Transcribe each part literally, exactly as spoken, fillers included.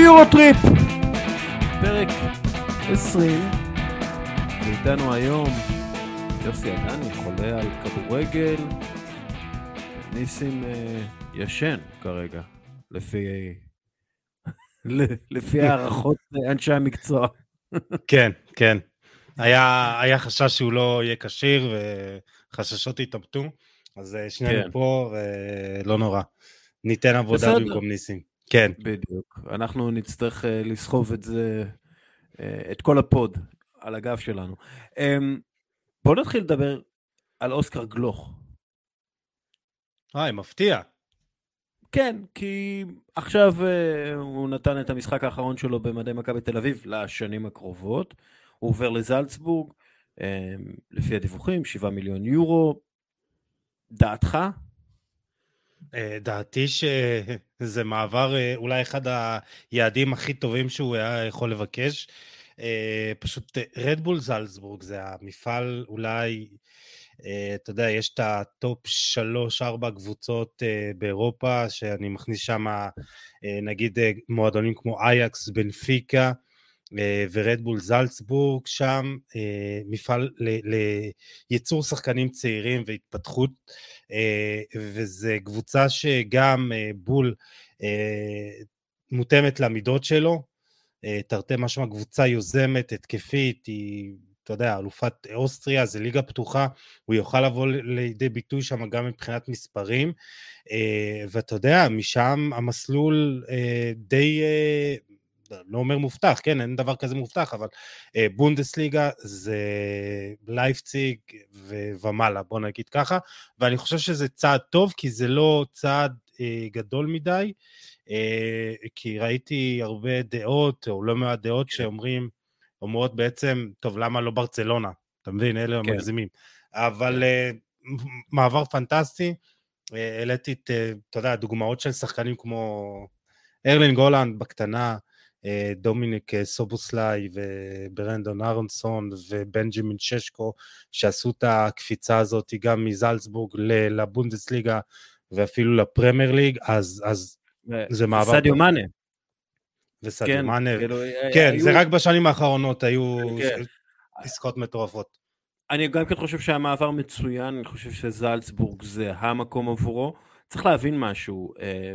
יורוטריפ פרק עשרים, ואיתנו היום יוסי עדני, חולה על כדורגל. ניסים אה, ישן כרגע לפי לפי הערכות אנשי המקצוע. כן, כן. היה, היה חשש שהוא לא יהיה כשיר, וחששות התאבטו, אז שנינו כן. פה, ולא נורא. ניתן עבודה בסדר. במקום ניסים. כן. בדיוק. אנחנו נצטרך uh, לסחוב את זה, uh, את כל הפוד על הגב שלנו. Um, בואו נתחיל לדבר על אוסקר גלוך. אה, מפתיע. כן, כי עכשיו uh, הוא נתן את המשחק האחרון שלו במדי מכבי תל אביב לשנים הקרובות. הוא עובר לזלצבורג, um, לפי הדיווחים, שבעה מיליון יורו. דעתך? דעתי שזה מעבר אולי אחד היעדים הכי טובים שהוא היה יכול לבקש. פשוט רדבול זלצבורג זה המפעל אולי, אתה יודע, יש את הטופ שלוש ארבע קבוצות באירופה, שאני מכניס שם נגיד מועדונים כמו אייקס, בנפיקה, ורדבול זלצבורג, שם מפעל לייצור שחקנים צעירים והתפתחות, וזה קבוצה שגם בול מותאמת למידות שלו, תרתי משמע קבוצה יוזמת, התקפית, היא, אתה יודע, אלופת אוסטריה, זה ליגה פתוחה, הוא יוכל לבוא לידי ביטוי שם גם מבחינת מספרים, ואתה יודע, משם המסלול די, לא אומר מובטח, כן, אין דבר כזה מובטח, אבל בונדסליגה זה לייפציג ומעלה, בוא נגיד ככה, ואני חושב שזה צעד טוב, כי זה לא צעד גדול מדי, כי ראיתי הרבה דעות, או לא מעט דעות שאומרים, אומרות בעצם, טוב, למה לא ברצלונה? אתה מבין, אלה הם מגזימים. אבל מעבר פנטסטי, העליתי את, אתה יודע, דוגמאות של שחקנים כמו ארלינג הולנד בקטנה, דומיניק סובוסליי וברנדון אהרונסון ובנג'מין ששקו, שעשו את הקפיצה הזאת גם מזלצבורג לבונדסליגה ואפילו לפרמייר ליג, אז, אז זה מעבר. סדיו מאנה. וסדיו מאנה. כן, זה רק בשנים האחרונות היו עסקאות מטורפות. אני גם כן חושב שהמעבר מצוין, אני חושב שזלצבורג זה המקום עבורו. צריך להבין משהו.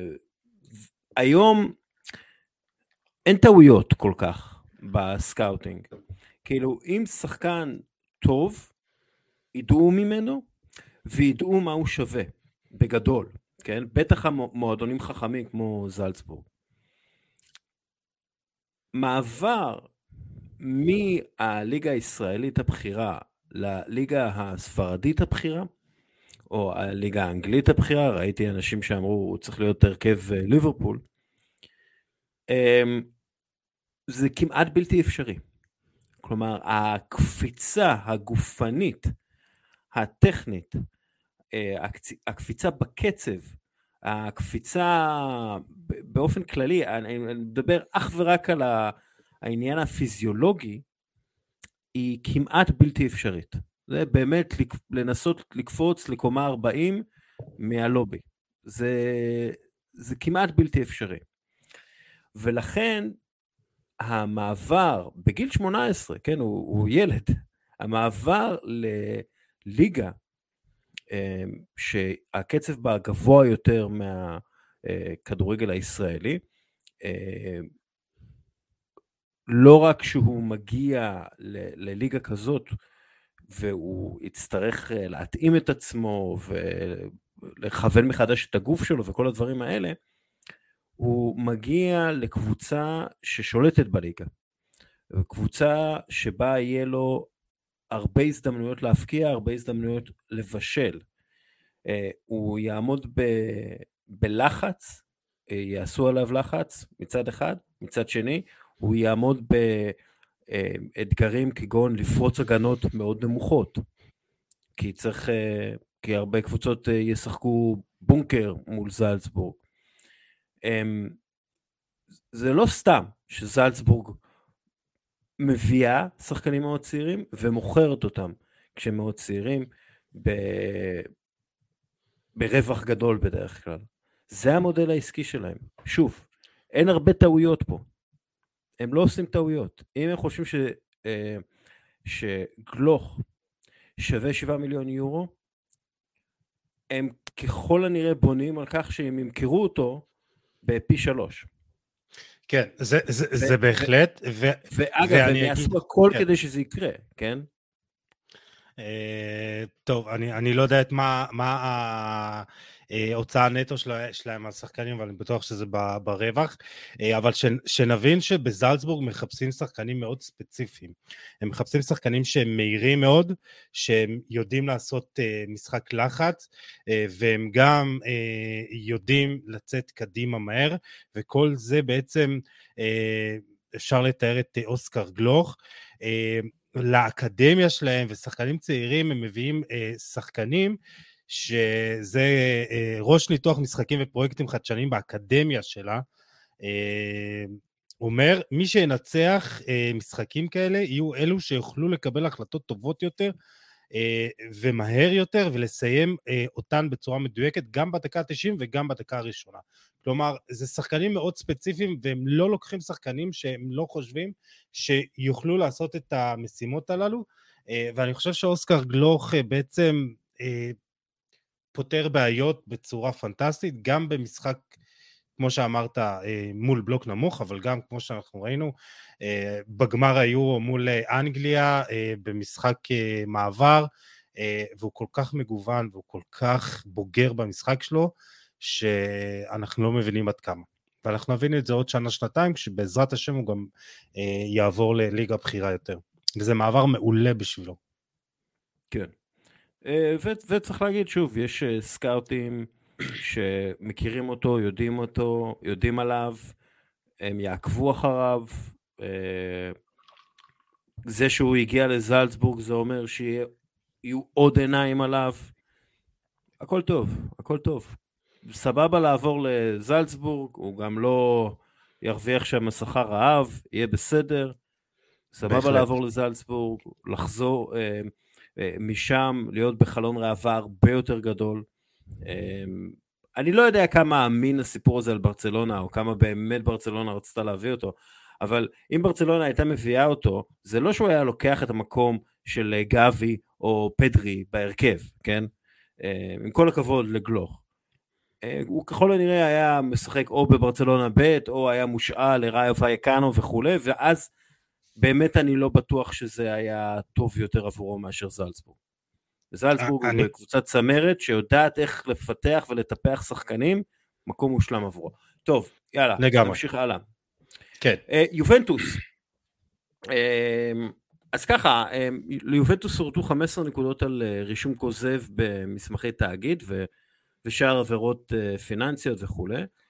היום אין טעויות כל כך בסקאוטינג. כאילו, אם שחקן טוב, ידעו ממנו, וידעו מה הוא שווה, בגדול, כן? בטח המועדונים חכמים כמו זלצבורג. מעבר מהליגה הישראלית הבחירה לליגה הספרדית הבחירה, או הליגה האנגלית הבחירה, ראיתי אנשים שאמרו, הוא צריך להיות הרכב ליברפול, זה כמעט בלתי אפשרי. כלומר, הקפיצה הגופנית, הטכנית, הקפיצה בקצב, הקפיצה באופן כללי, אני מדבר אך ורק על העניין הפיזיולוגי, היא כמעט בלתי אפשרית. זה באמת לנסות לקפוץ לקומה ארבעים מהלובי. זה, זה כמעט בלתי אפשרי. ולכן המעבר בגיל שמונה עשרה, כן, הוא, הוא ילד, המעבר לליגה שהקצב בה גבוה יותר מהכדורגל הישראלי, לא רק שהוא מגיע לליגה כזאת והוא יצטרך להתאים את עצמו ולכוון מחדש את הגוף שלו וכל הדברים האלה, הוא מגיע לקבוצה ששולטת בליגה, קבוצה שבה יהיה לו הרבה הזדמנויות להפקיע, הרבה הזדמנויות לבשל. הוא יעמוד ב- בלחץ, יעשו עליו לחץ מצד אחד, מצד שני, הוא יעמוד באתגרים כגון לפרוץ הגנות מאוד נמוכות, כי צריך, כי הרבה קבוצות ישחקו בונקר מול זלצבורג. זה לא סתם שזלצבורג מביאה שחקנים מאוד צעירים ומוכרת אותם כשהם מאוד צעירים ב... ברווח גדול בדרך כלל. זה המודל העסקי שלהם. שוב, אין הרבה טעויות פה. הם לא עושים טעויות. אם הם חושבים ש, אה, שגלוך שווה שבעה מיליון יורו, הם ככל הנראה בונים על כך שהם ימכרו אותו בפי שלוש. כן, זה, זה, זה בהחלט, ו, ואגב, הם יעשו הכל כן. כדי שזה יקרה, כן? Uh, טוב, אני, אני לא יודע את מה, מה ההוצאה הנטו שלה, שלהם על שחקנים, אבל אני בטוח שזה ב, ברווח, uh, אבל ש, שנבין שבזלצבורג מחפשים שחקנים מאוד ספציפיים, הם מחפשים שחקנים שהם מהירים מאוד, שהם יודעים לעשות uh, משחק לחץ, uh, והם גם uh, יודעים לצאת קדימה מהר, וכל זה בעצם uh, אפשר לתאר את uh, אוסקר גלוך, uh, לאקדמיה שלהם ושחקנים צעירים הם מביאים אה, שחקנים שזה אה, ראש ניתוח משחקים ופרויקטים חדשניים באקדמיה שלה, אה, אומר מי שינצח אה, משחקים כאלה יהיו אלו שיוכלו לקבל החלטות טובות יותר אה, ומהר יותר ולסיים אה, אותן בצורה מדויקת גם בדקה ה-תשעים וגם בדקה הראשונה. כלומר, זה שחקנים מאוד ספציפיים והם לא לוקחים שחקנים שהם לא חושבים שיוכלו לעשות את המשימות הללו, אה, ואני חושב שאוסקר גלוך אה, בעצם אה, פותר בעיות בצורה פנטסטית, גם במשחק כמו שאמרת מול בלוק נמוך, אבל גם כמו שאנחנו ראינו בגמר היורו מול אנגליה במשחק מעבר, והוא כל כך מגוון והוא כל כך בוגר במשחק שלו, שאנחנו לא מבינים עד כמה. ואנחנו נבין את זה עוד שנה שנתיים, כשבעזרת השם הוא גם יעבור לליגה בחירה יותר. וזה מעבר מעולה בשבילו. כן. וצריך להגיד שוב, יש סקאוטים שמכירים אותו, יודעים אותו, יודעים עליו, הם יעקבו אחריו, זה שהוא הגיע לזלצבורג זה אומר שיהיו עוד עיניים עליו, הכל טוב, הכל טוב. סבבה לעבור לזלצבורג, הוא גם לא ירוויח שם שכר רעב, יהיה בסדר, סבבה בהחלט. לעבור לזלצבורג, לחזור משם, להיות בחלון ראווה הרבה יותר גדול. אני לא יודע כמה אמין הסיפור הזה על ברצלונה, או כמה באמת ברצלונה רצתה להביא אותו, אבל אם ברצלונה הייתה מביאה אותו, זה לא שהוא היה לוקח את המקום של גבי או פדרי בהרכב, כן? עם כל הכבוד לגלוך. הוא ככל הנראה היה משחק או בברצלונה ב' או היה מושאל לראיו וייקנו וכו', ואז באמת אני לא בטוח שזה היה טוב יותר עבורו מאשר זלצבורג. זלצבורג הוא בקבוצת צמרת שיודעת איך לפתח ולטפח שחקנים, מקום מושלם עבורו. טוב, יאללה, נמשיך הלאה. כן. יובנטוס. אז ככה, ליובנטוס הורדו חמש עשרה נקודות על רישום כוזב במסמכי תאגיד ושאר עבירות פיננסיות וכו'.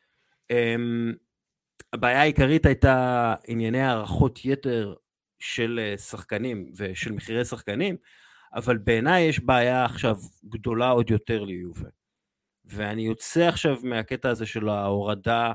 הבעיה העיקרית הייתה ענייני הערכות יתר של שחקנים ושל מחירי שחקנים, אבל בעיניי יש בעיה עכשיו גדולה עוד יותר ליובה. ואני יוצא עכשיו מהקטע הזה של ההורדה,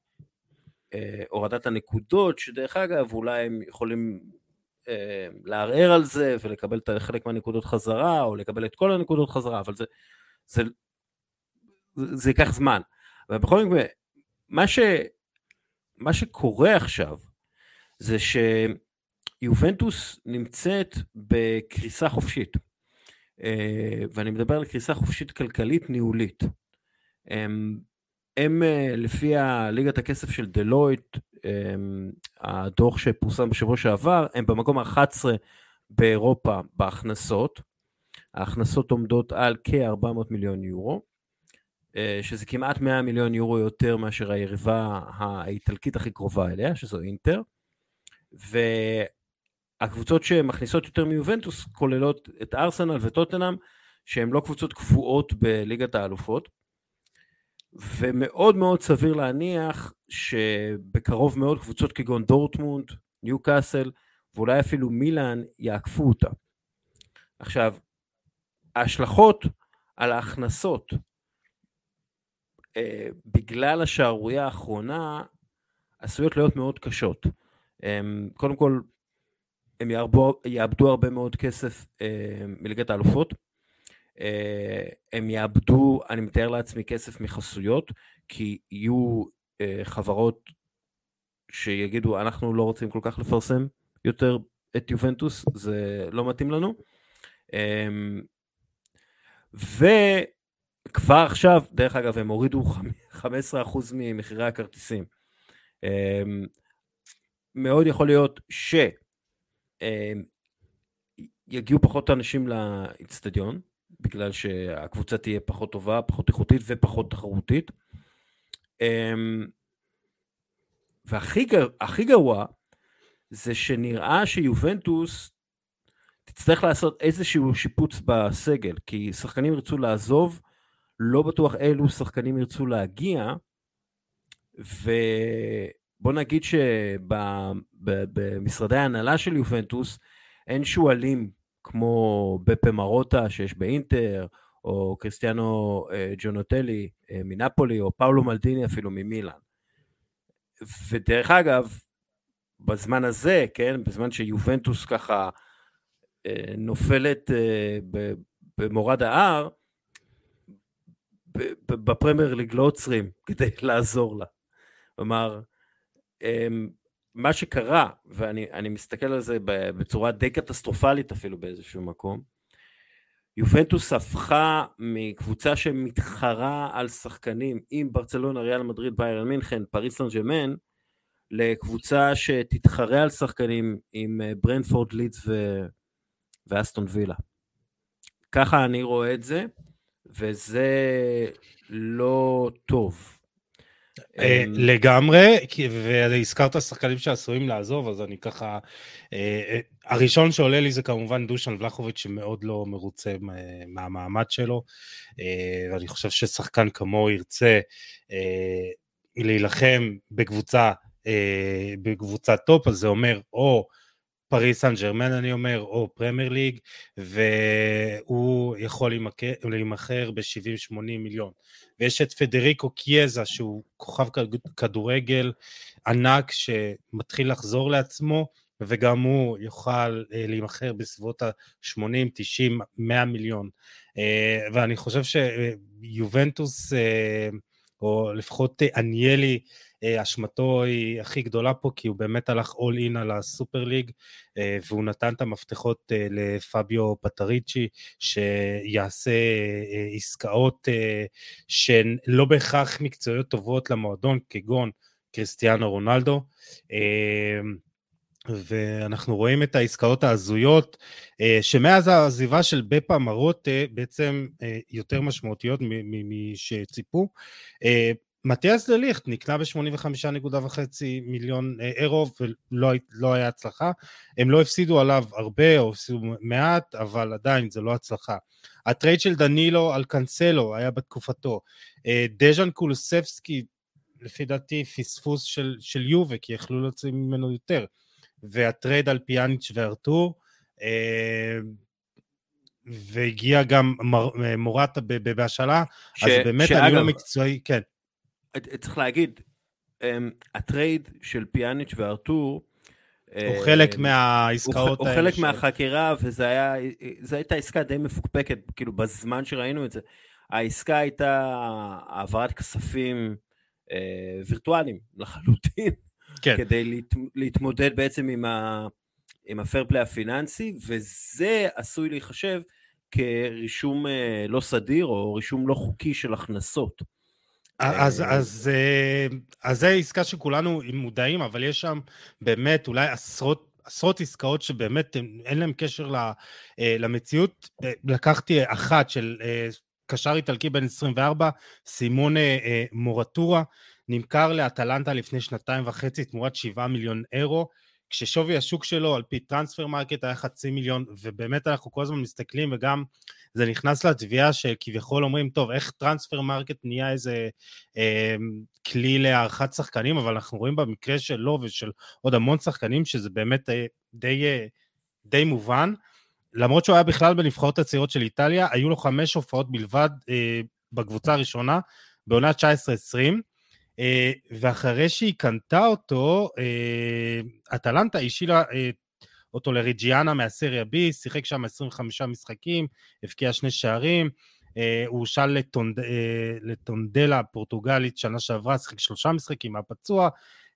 הורדת הנקודות, שדרך אגב אולי הם יכולים לערער על זה ולקבל חלק מהנקודות חזרה, או לקבל את כל הנקודות חזרה, אבל זה, זה, זה ייקח זמן. ובכל מקרה, מה ש... מה שקורה עכשיו, זה שיובנטוס נמצאת בקריסה חופשית, ואני מדבר על קריסה חופשית כלכלית ניהולית. הם, הם לפי ליגת הכסף של דלויט, הדוח שפורסם בשבוע שעבר, הם במקום ה-אחת עשרה באירופה בהכנסות, ההכנסות עומדות על כ-ארבע מאות מיליון יורו, שזה כמעט מאה מיליון יורו יותר מאשר היריבה האיטלקית הכי קרובה אליה, שזו אינטר, והקבוצות שמכניסות יותר מיובנטוס כוללות את ארסנל וטוטנהאם, שהן לא קבוצות קבועות בליגת האלופות, ומאוד מאוד סביר להניח שבקרוב מאוד קבוצות כגון דורטמונד, ניוקאסל, ואולי אפילו מילאן יעקפו אותה. עכשיו, ההשלכות על ההכנסות, בגלל השערורייה האחרונה, עשויות להיות מאוד קשות. קודם כל, הם יאבדו, יאבדו הרבה מאוד כסף מליגת האלופות, הם יאבדו, אני מתאר לעצמי, כסף מחסויות, כי יהיו חברות שיגידו, אנחנו לא רוצים כל כך לפרסם יותר את יובנטוס, זה לא מתאים לנו. וכבר עכשיו, דרך אגב, הם הורידו חמישה עשר אחוז ממחירי הכרטיסים. מאוד יכול להיות שיגיעו פחות אנשים לאצטדיון, בגלל שהקבוצה תהיה פחות טובה, פחות איכותית ופחות תחרותית. והכי גרוע, זה שנראה שיובנטוס תצטרך לעשות איזשהו שיפוץ בסגל, כי שחקנים ירצו לעזוב, לא בטוח אילו שחקנים ירצו להגיע, ובוא נגיד שבמשרדי ההנהלה של יובנטוס, אין שואלים כמו בפה מרוטה שיש באינטר, או קריסטיאנו ג'ונוטלי מנפולי, או פאולו מלדיני אפילו ממילאן. ודרך אגב, בזמן הזה, כן, בזמן שיובנטוס ככה נופלת במורד ההר, בפרמייר ליג לא עוצרים כדי לעזור לה. כלומר, מה שקרה, ואני מסתכל על זה בצורה די קטסטרופלית אפילו באיזשהו מקום, יובנטוס הפכה מקבוצה שמתחרה על שחקנים עם ברצלונה, ריאל מדריד, ביירן מינכן, פריס סן ז'רמן, לקבוצה שתתחרה על שחקנים עם ברנפורד, לידס ו... ואסטון וילה. ככה אני רואה את זה, וזה לא טוב. לגמרי, והזכרת שחקנים שעשויים לעזוב, אז אני ככה, הראשון שעולה לי זה כמובן דושן ולחוביץ' שמאוד לא מרוצה מהמעמד שלו, ואני חושב ששחקן כמו ירצה להילחם בקבוצה, בקבוצה טופ, אז זה אומר או פריס סן ז'רמן אני אומר, או פרמייר ליג, והוא יכול להימכר ב-שבעים שמונים מיליון. ויש את פדריקו קיאזה, שהוא כוכב כדורגל ענק, שמתחיל לחזור לעצמו, וגם הוא יוכל להימכר בסביבות ה-שמונים, תשעים, מאה מיליון. ואני חושב שיובנטוס, או לפחות אניאלי, אשמתו היא הכי גדולה פה, כי הוא באמת הלך all in על הסופר ליג, והוא נתן את המפתחות לפביו פטריצ'י, שיעשה עסקאות שהן לא בהכרח מקצועיות טובות למועדון, כגון קריסטיאנו רונלדו, ואנחנו רואים את העסקאות ההזויות, שמאז העזיבה של בפה מרוטה, בעצם יותר משמעותיות משציפו, מתיאס דליכט נקנה ב-שמונים וחמישה נקודה חמש מיליון אירו, ולא לא היה הצלחה, הם לא הפסידו עליו הרבה, או הפסידו מעט, אבל עדיין זה לא הצלחה. הטרייד של דנילו על קנסלו היה בתקופתו, דז'אן קולוסבסקי, לפי דעתי פספוס של, של יובה, כי יכלו להוציא ממנו יותר, והטרייד על פיאניץ' וארתור, והגיע גם מורטה בהשאלה, אז באמת אני לא מקצועי, כן. צריך להגיד, הטרייד של פיאניץ' וארתור, הוא חלק מהעסקאות האלה. הוא חלק מהחקירה, וזו הייתה עסקה די מפוקפקת, כאילו בזמן שראינו את זה. העסקה הייתה העברת כספים וירטואליים לחלוטין, כדי להתמודד בעצם עם הפייר פליי הפיננסי, וזה עשוי להיחשב כרישום לא סדיר, או רישום לא חוקי של הכנסות. אז, אז, אז זה עסקה שכולנו מודעים, אבל יש שם באמת אולי עשרות, עשרות עסקאות שבאמת אין להם קשר למציאות. לקחתי אחת של קשר איטלקי בן עשרים וארבע, סימון מורטורה, נמכר לאטלנטה לפני שנתיים וחצי תמורת שבעה מיליון אירו, כששווי השוק שלו על פי טרנספר מרקט היה חצי מיליון, ובאמת אנחנו כל הזמן מסתכלים, וגם זה נכנס לתביעה שכביכול אומרים, טוב, איך טרנספר מרקט נהיה איזה אה, כלי להערכת שחקנים, אבל אנחנו רואים במקרה שלו ושל עוד המון שחקנים, שזה באמת אה, די, אה, די מובן, למרות שהוא היה בכלל בנבחרות הצעירות של איטליה, היו לו חמש הופעות בלבד אה, בקבוצה הראשונה, בעונה תשע עשרה עשרים, ואחרי שהיא קנתה אותו, אטלנטה השאילה אותו לריג'יאנה מהסריה בי, שיחק שם עשרים וחמישה משחקים, הבקיע שני שערים, הוא הושאל לטונדלה פורטוגלית שנה שעברה, שיחק שלושה משחקים, הפצוע,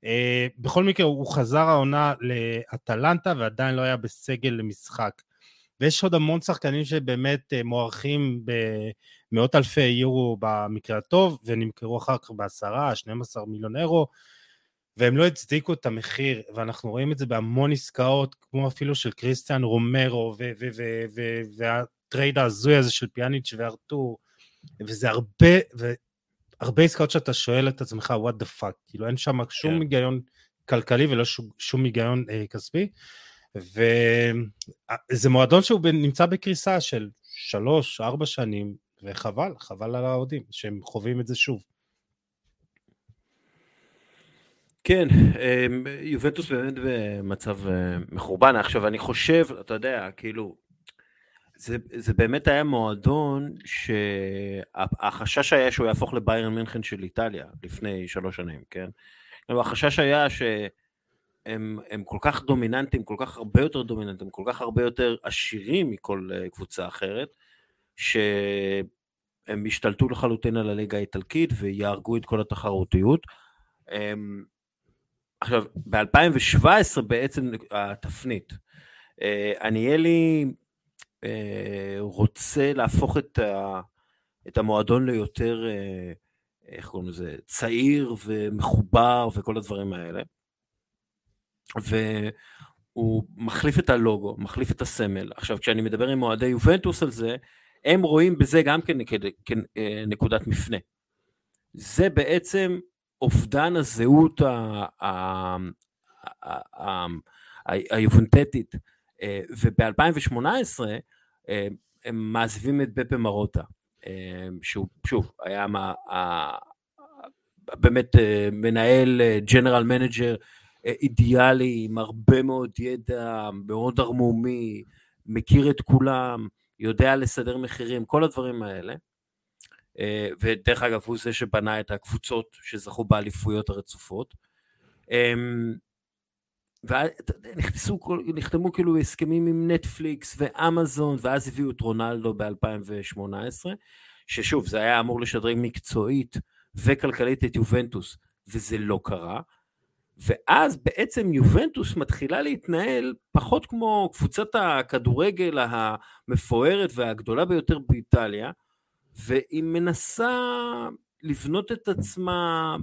בכל מקרה, הוא חזר העונה לאטלנטה, ועדיין לא היה בסגל למשחק. ויש עוד המון שחקנים שבאמת מוערכים במאות אלפי יורו במקרה הטוב, ונמכרו אחר כך בעשרה, שנים עשר מיליון אירו, והם לא הצדיקו את המחיר, ואנחנו רואים את זה בהמון עסקאות, כמו אפילו של קריסטיאן רומרו, והטרייד ההזוי הזה של פיאניץ' וארתור, וזה הרבה, והרבה עסקאות שאתה שואל את עצמך, what the fuck, כאילו אין שם שום היגיון כלכלי, ולא שום היגיון כספי, וזה מועדון שהוא נמצא בקריסה של שלוש, ארבע שנים, וחבל, חבל על העודים, שהם חווים את זה שוב. כן, יובנטוס באמת במצב מחורבן. עכשיו אני חושב, אתה יודע, כאילו, זה, זה באמת היה מועדון שהחשש היה שהוא יהפוך לביירן מינכן של איטליה לפני שלוש שנים, כן? החשש היה שהם הם כל כך דומיננטים, כל כך הרבה יותר דומיננטים, כל כך הרבה יותר עשירים מכל קבוצה אחרת, שהם השתלטו לחלוטין על הליגה האיטלקית ויהרגו את כל התחרותיות. עכשיו, ב-אלפיים שבע עשרה בעצם התפנית, אניאלי רוצה להפוך את, ה, את המועדון ליותר, איך קוראים לזה, צעיר ומחובר וכל הדברים האלה, והוא מחליף את הלוגו, מחליף את הסמל. עכשיו, כשאני מדבר עם מועדי יובנטוס על זה, הם רואים בזה גם כנקודת מפנה. זה בעצם אובדן הזהות היובנטטית, וב-אלפיים שמונה עשרה הם מעזבים את בפה מרוטה, שהוא שוב היה באמת מנהל ג'נרל מנג'ר אידיאלי, עם הרבה מאוד ידע, מאוד ערמומי, מכיר את כולם, יודע לסדר מחירים, כל הדברים האלה. ודרך אגב הוא זה שבנה את הקבוצות שזכו באליפויות הרצופות, ונחתמו כאילו הסכמים עם נטפליקס ואמזון, ואז הביאו את רונלדו ב-אלפיים שמונה עשרה, ששוב זה היה אמור לשדרג מקצועית וכלכלית את יובנטוס, וזה לא קרה, ואז בעצם יובנטוס מתחילה להתנהל פחות כמו קבוצת הכדורגל המפוארת והגדולה ביותר באיטליה, והיא מנסה לבנות את עצמה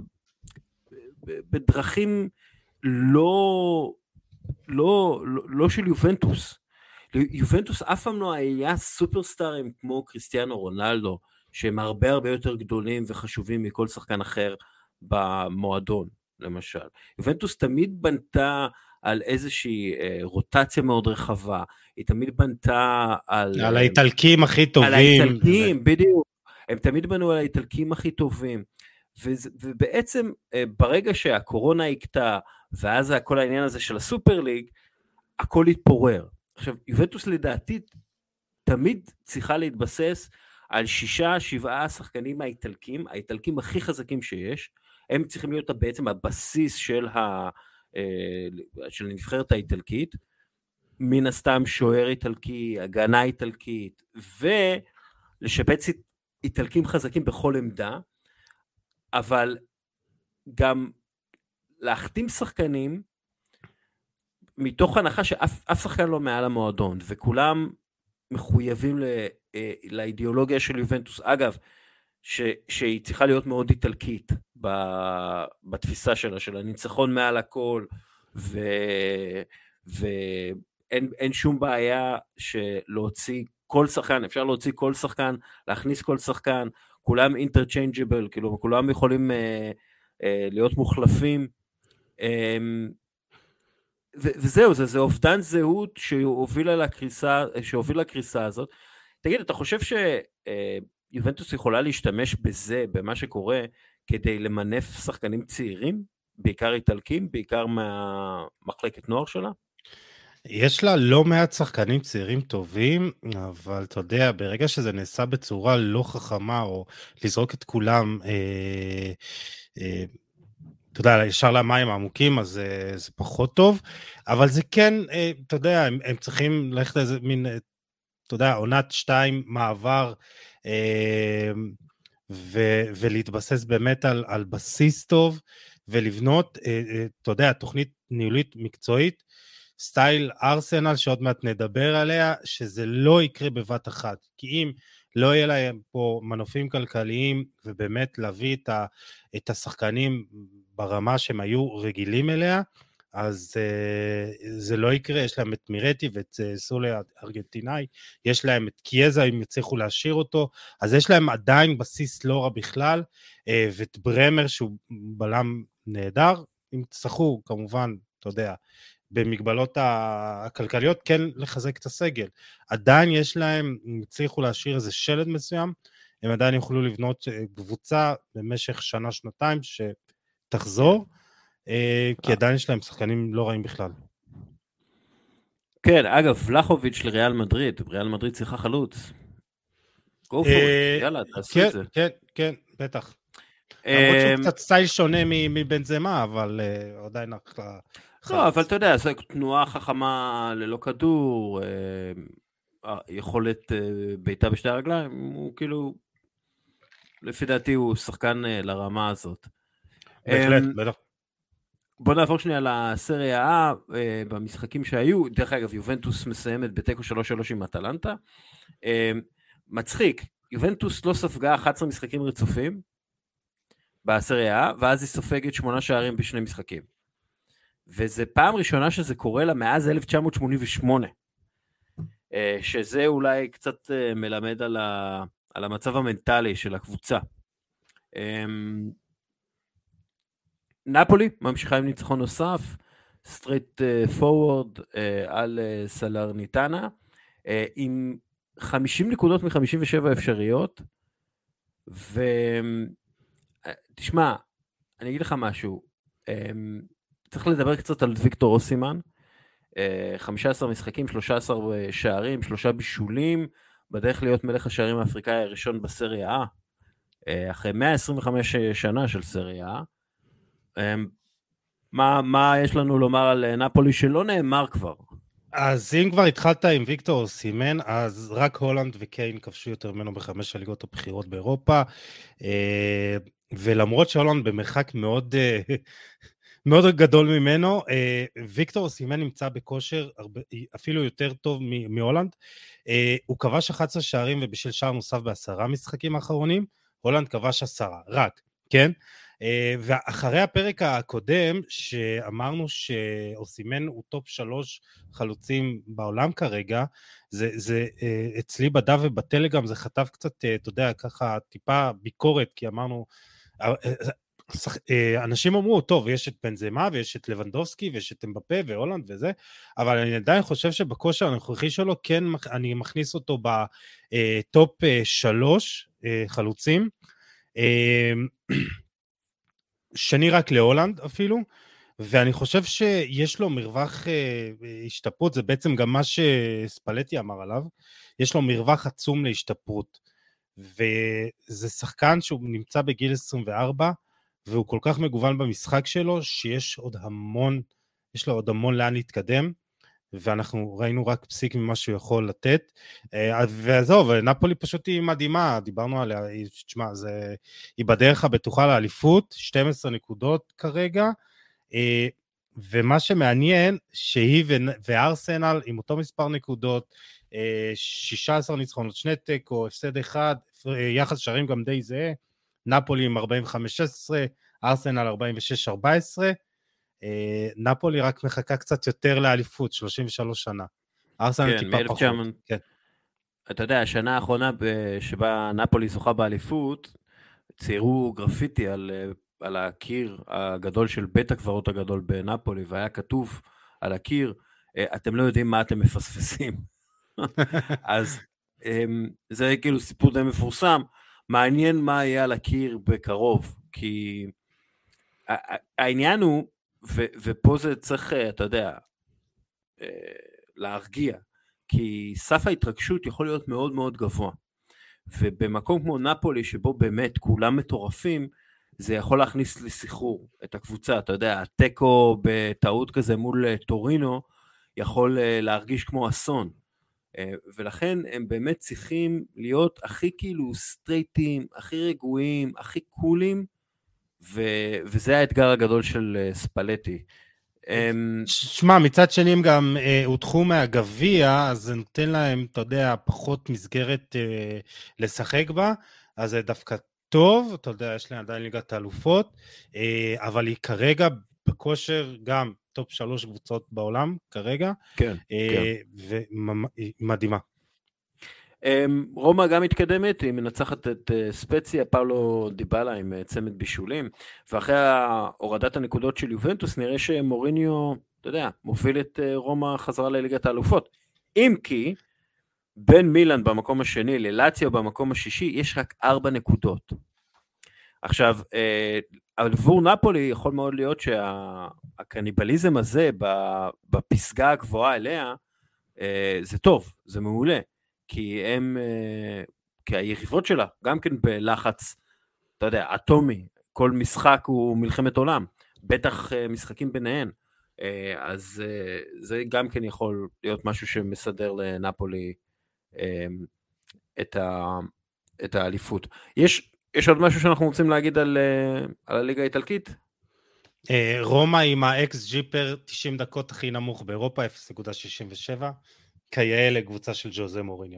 בדרכים לא, לא, לא, לא של יובנטוס. יובנטוס אף פעם לא היה סופרסטארים כמו קריסטיאנו רונלדו, שהם הרבה הרבה יותר גדולים וחשובים מכל שחקן אחר במועדון, למשל. יובנטוס תמיד בנתה על איזושהי רוטציה מאוד רחבה, היא תמיד בנתה על... על האיטלקים הכי טובים. על האיטלקים, בדיוק. הם תמיד בנו על האיטלקים הכי טובים. ובעצם ברגע שהקורונה יקטע, ואז כל העניין הזה של הסופר ליג, הכל יתפורר. עכשיו, יובנטוס לדעתי תמיד צריכה להתבסס על שישה, שבעה שחקנים האיטלקים, האיטלקים הכי חזקים שיש, הם צריכים להיות בעצם הבסיס של ה... של הנבחרת האיטלקית, מן הסתם שוער איטלקי, הגנה איטלקית, ולשבץ איטלקים חזקים בכל עמדה, אבל גם להחתים שחקנים, מתוך הנחה שאף שחקן לא מעל המועדון, וכולם מחויבים לאידיאולוגיה של יובנטוס, אגב, שהיא צריכה להיות מאוד איטלקית, בתפיסה שלה, של הניצחון מעל הכל, ואין שום בעיה שלהוציא כל שחקן, אפשר להוציא כל שחקן, להכניס כל שחקן, כולם interchangeable, כאילו כולם יכולים להיות מוחלפים, וזהו, זה אובדן זהות שהובילה לקריסה, שהובילה לקריסה הזאת. תגיד, אתה חושב שיובנטוס יכולה להשתמש בזה, במה שקורה, כדי למנף שחקנים צעירים, בעיקר איטלקים, בעיקר מהמחלקת נוער שלה? יש לה לא מעט שחקנים צעירים טובים, אבל אתה יודע, ברגע שזה נעשה בצורה לא חכמה, או לזרוק את כולם, אה, אה, אתה יודע, ישר למים העמוקים, אז אה, זה פחות טוב, אבל זה כן, אה, אתה יודע, הם, הם צריכים ללכת לאיזה מין, אתה יודע, עונת שתיים מעבר, אה, ו, ולהתבסס באמת על, על בסיס טוב, ולבנות, אתה יודע, תוכנית ניהולית מקצועית, סטייל ארסנל שעוד מעט נדבר עליה, שזה לא יקרה בבת אחת, כי אם לא יהיה להם פה מנופים כלכליים, ובאמת להביא את, ה, את השחקנים ברמה שהם היו רגילים אליה, אז uh, זה לא יקרה. יש להם את מירטי ואת uh, סולי ארגנטינאי, יש להם את קיאזה, אם יצליחו להשאיר אותו, אז יש להם עדיין בסיס לא רע בכלל, uh, ואת ברמר שהוא בלם נהדר, אם תצטרכו כמובן, אתה יודע, במגבלות הכלכליות, כן לחזק את הסגל. עדיין יש להם, אם הצליחו להשאיר איזה שלד מסוים, הם עדיין יוכלו לבנות קבוצה במשך שנה, שנתיים, שתחזור, כי עדיין יש להם שחקנים לא רעים בכלל. כן, אגב, ולחוביץ' לריאל מדריד, ריאל מדריד צריכה חלוץ. Go for it, יאללה, תעשו את זה. כן, כן, בטח. למרות שהוא קצת סטייל שונה מבנזמה, אבל עדיין אחלה. לא, אבל אתה יודע, זו תנועה חכמה ללא כדור, יכולת ביתה בשתי הרגליים, הוא כאילו, לפי דעתי הוא שחקן לרמה הזאת. בהחלט, בטח. בוא נעבור שנייה לסריה A, במשחקים שהיו, דרך אגב, יובנטוס מסיימת בתיקו שלוש שלוש עם אטלנטה, מצחיק, יובנטוס לא ספגה אחד עשר משחקים רצופים בסריה A, ואז היא סופגת שמונה שערים בשני משחקים. וזה פעם ראשונה שזה קורה לה מאז אלף תשע מאות שמונים ושמונה, שזה אולי קצת מלמד על, ה, על המצב המנטלי של הקבוצה. נפולי ממשיכה עם ניצחון נוסף, סטרייט פורוורד על סלרניטנה, עם חמישים נקודות מ-חמישים ושבע אפשריות, ותשמע, אני אגיד לך משהו, צריך לדבר קצת על ויקטור אוסימן, חמישה עשר משחקים, שלושה עשר שערים, שלושה בישולים, בדרך להיות מלך השערים האפריקאי הראשון בסריה A, אחרי מאה עשרים וחמש שנה של סריה A. מה, מה יש לנו לומר על נפולי שלא נאמר כבר? אז אם כבר התחלת עם ויקטור אוסימן, אז רק הולנד וקיין כבשו יותר ממנו בחמש הליגות הבכירות באירופה, ולמרות שהולנד במרחק מאוד... מאוד גדול ממנו, ויקטור אוסימן נמצא בכושר אפילו יותר טוב מהולנד, הוא כבש אחת עשרה שערים ובישל שער נוסף בעשרה משחקים האחרונים, הולנד כבש עשרה, רק, כן? ואחרי הפרק הקודם שאמרנו שאוסימן הוא טופ שלוש חלוצים בעולם כרגע, זה, זה אצלי בדף ובטלגרם זה חטף קצת, אתה יודע, ככה טיפה ביקורת, כי אמרנו... אנשים אמרו, טוב, יש את בנזמה ויש את לבנדובסקי ויש את אמבפה והולנד וזה, אבל אני עדיין חושב שבכושר הנוכחי שלו, כן, אני מכניס אותו בטופ שלוש חלוצים, שני רק להולנד אפילו, ואני חושב שיש לו מרווח השתפרות, זה בעצם גם מה שספלטי אמר עליו, יש לו מרווח עצום להשתפרות, וזה שחקן שהוא נמצא בגיל עשרים וארבע, והוא כל כך מגוון במשחק שלו, שיש עוד המון, יש לו עוד המון לאן להתקדם, ואנחנו ראינו רק פסיק ממה שהוא יכול לתת, וזהו, ונפולי פשוט היא מדהימה, דיברנו עליה, תשמע, זה, היא בדרך הבטוחה לאליפות, שתים עשרה נקודות כרגע, ומה שמעניין, שהיא וארסנל עם אותו מספר נקודות, שישה עשר ניצחונות, שני תיקו, הפסד אחד, יחס שערים גם די זהה, נפולי עם ארבעים וחמש שש עשרה, ארסנל ארבעים ושש ארבע עשרה, נפולי רק מחכה קצת יותר לאליפות, שלושים ושלוש שנה. ארסנל טיפה פחות. כן. אתה יודע, השנה האחרונה שבה נפולי זוכה באליפות, ציירו גרפיטי על, על הקיר הגדול של בית הקברות הגדול בנפולי, והיה כתוב על הקיר, אתם לא יודעים מה אתם מפספסים. אז זה כאילו סיפור די מפורסם, מעניין מה יהיה על הקיר בקרוב, כי העניין הוא, ו, ופה זה צריך, אתה יודע, להרגיע, כי סף ההתרגשות יכול להיות מאוד מאוד גבוה, ובמקום כמו נפולי, שבו באמת כולם מטורפים, זה יכול להכניס לסחרור את הקבוצה, אתה יודע, הטקו בטעות כזה מול טורינו, יכול להרגיש כמו אסון, ולכן הם באמת צריכים להיות הכי כאילו סטרייטים, הכי רגועים, הכי קולים, ו- וזה האתגר הגדול של ספלטי. שמע, מצד שני הם גם אה, הודחו מהגביע, אז זה נותן להם, אתה יודע, פחות מסגרת אה, לשחק בה, אז זה דווקא טוב, אתה יודע, יש להם עדיין ליגת האלופות, אה, אבל היא כרגע בכושר גם טופ שלוש קבוצות בעולם, כרגע, כן, אה, כן. ומדהימה. רומא גם מתקדמת, היא מנצחת את ספציה, פאולו דיבאלה עם צמד בישולים, ואחרי הורדת הנקודות של יובנטוס, נראה שמוריניו, אתה יודע, מוביל את רומא חזרה לליגת האלופות. אם כי, בין מילאן במקום השני ללאציו במקום השישי, יש רק ארבע נקודות. עכשיו, עבור נפולי יכול מאוד להיות שהקניבליזם הזה, בפסגה הגבוהה אליה, זה טוב, זה מעולה. כי הם, כי היריבות שלה, גם כן בלחץ, אתה יודע, אטומי, כל משחק הוא מלחמת עולם, בטח משחקים ביניהן, אז זה גם כן יכול להיות משהו שמסדר לנפולי את, ה, את האליפות. יש, יש עוד משהו שאנחנו רוצים להגיד על, על הליגה האיטלקית? רומא עם ה-אקס ג'י פר תשעים דקות הכי נמוך באירופה, אפס נקודה שישים ושבע, כיאה לקבוצה של ג'וזה מוריניו.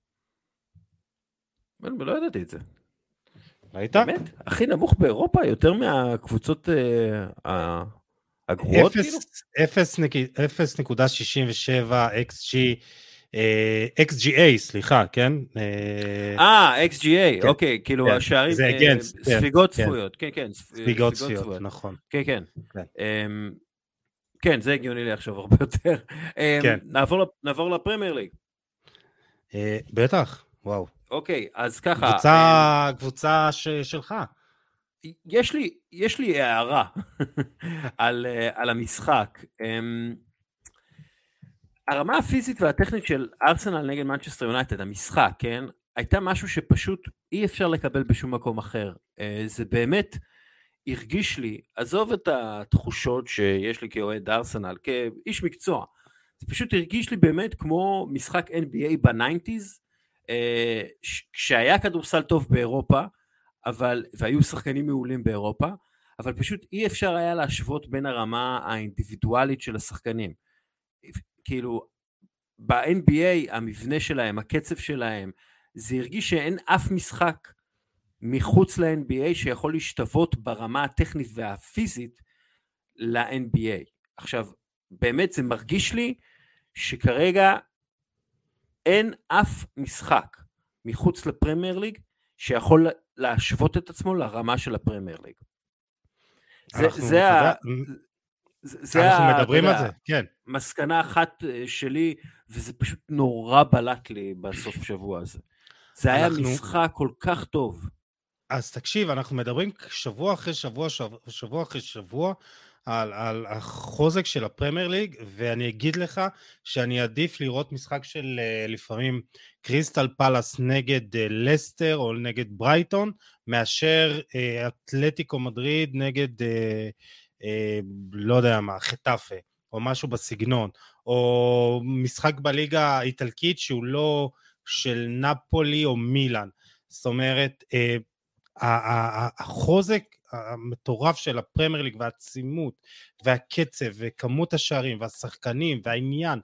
לא ידעתי את זה. ראית? באמת? הכי נמוך באירופה, יותר מהקבוצות הגרועות כאילו? אפס נקודה שישים ושבע אקס ג'י, אקס ג'י איי, סליחה, כן? אה, אקס ג'י איי, אוקיי, כאילו השערים, ספיגות צפויות, כן, כן. ספיגות צפויות, נכון. כן, כן. כן, זה הגיוני לי עכשיו הרבה יותר. נעבור לפרמייר ליג. בטח, וואו. אוקיי, אז ככה. קבוצה, קבוצה שלך. יש לי, יש לי הערה על, על המשחק. הרמה הפיזית והטכנית של ארסנל נגד מנצ'סטר יונייטד, המשחק, כן? הייתה משהו שפשוט אי אפשר לקבל בשום מקום אחר. זה באמת הרגיש לי, עזוב את התחושות שיש לי כאוהד ארסנל, כאיש מקצוע, זה פשוט הרגיש לי באמת כמו משחק אן בי איי ב-תשעים, כשהיה כדורסל טוב באירופה, אבל, והיו שחקנים מעולים באירופה, אבל פשוט אי אפשר היה להשוות בין הרמה האינדיבידואלית של השחקנים. כאילו, ב-אן בי איי, המבנה שלהם, הקצב שלהם, זה הרגיש שאין אף משחק מחוץ ל-אן בי איי שיכול להשתוות ברמה הטכנית והפיזית ל-אן בי איי. עכשיו, באמת זה מרגיש לי שכרגע אין אף משחק מחוץ לפרמייר ליג שיכול להשוות את עצמו לרמה של הפרמייר ליג. זה, זה ה... זה אנחנו ה... מדברים על זה, כן. מסקנה אחת שלי, וזה פשוט נורא בלט לי בסוף שבוע הזה. זה אנחנו... היה משחק כל כך טוב. אז תקשיב, אנחנו מדברים שבוע אחרי שבוע, שבוע, שבוע אחרי שבוע, על, על החוזק של הפרמייר ליג, ואני אגיד לך שאני עדיף לראות משחק של לפעמים קריסטל פלאס נגד לסטר או נגד ברייטון, מאשר אתלטיקו מדריד נגד, לא יודע מה, חטאפה, או משהו בסגנון, או משחק בליגה האיטלקית שהוא לא של נפולי או מילאן. זאת אומרת, החוזק המטורף של הפרמייר ליג והעצימות והקצב וכמות השערים והשחקנים והעניין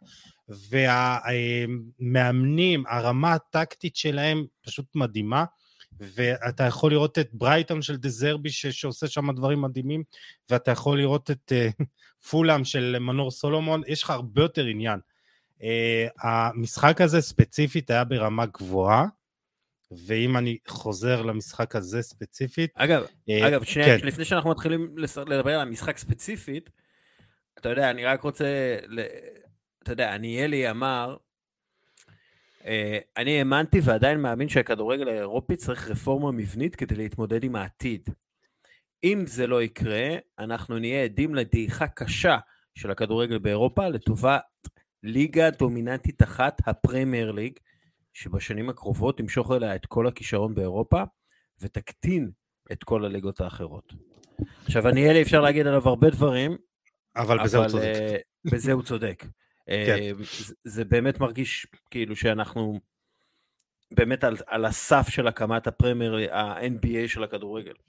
והמאמנים, הרמה הטקטית שלהם פשוט מדהימה, ואתה יכול לראות את ברייטון של דזרבי שעושה שם דברים מדהימים, ואתה יכול לראות את פולאם של מנור סולומון, יש לך הרבה יותר עניין. המשחק הזה ספציפית היה ברמה גבוהה, ואם אני חוזר למשחק הזה ספציפית... אגב, אה, אגב שנייה, כן. לפני שאנחנו מתחילים לדבר על המשחק ספציפית, אתה יודע, אני רק רוצה... אתה יודע, אני אלי אמר, אה, אני האמנתי ועדיין מאמין שהכדורגל האירופי צריך רפורמה מבנית כדי להתמודד עם העתיד. אם זה לא יקרה, אנחנו נהיה עדים לדעיכה קשה של הכדורגל באירופה, לטובת ליגה דומיננטית אחת, הפרמייר ליג, שבשנים הקרובות תמשוך אליה את כל הכישרון באירופה, ותקטין את כל הליגות האחרות. עכשיו, אני אלה אפשר להגיד עליו הרבה דברים, אבל בזה הוא צודק. בזה הוא צודק. זה באמת מרגיש כאילו שאנחנו באמת על, על הסף של הקמת הפרמייר, ה-אן בי איי של הכדורגל.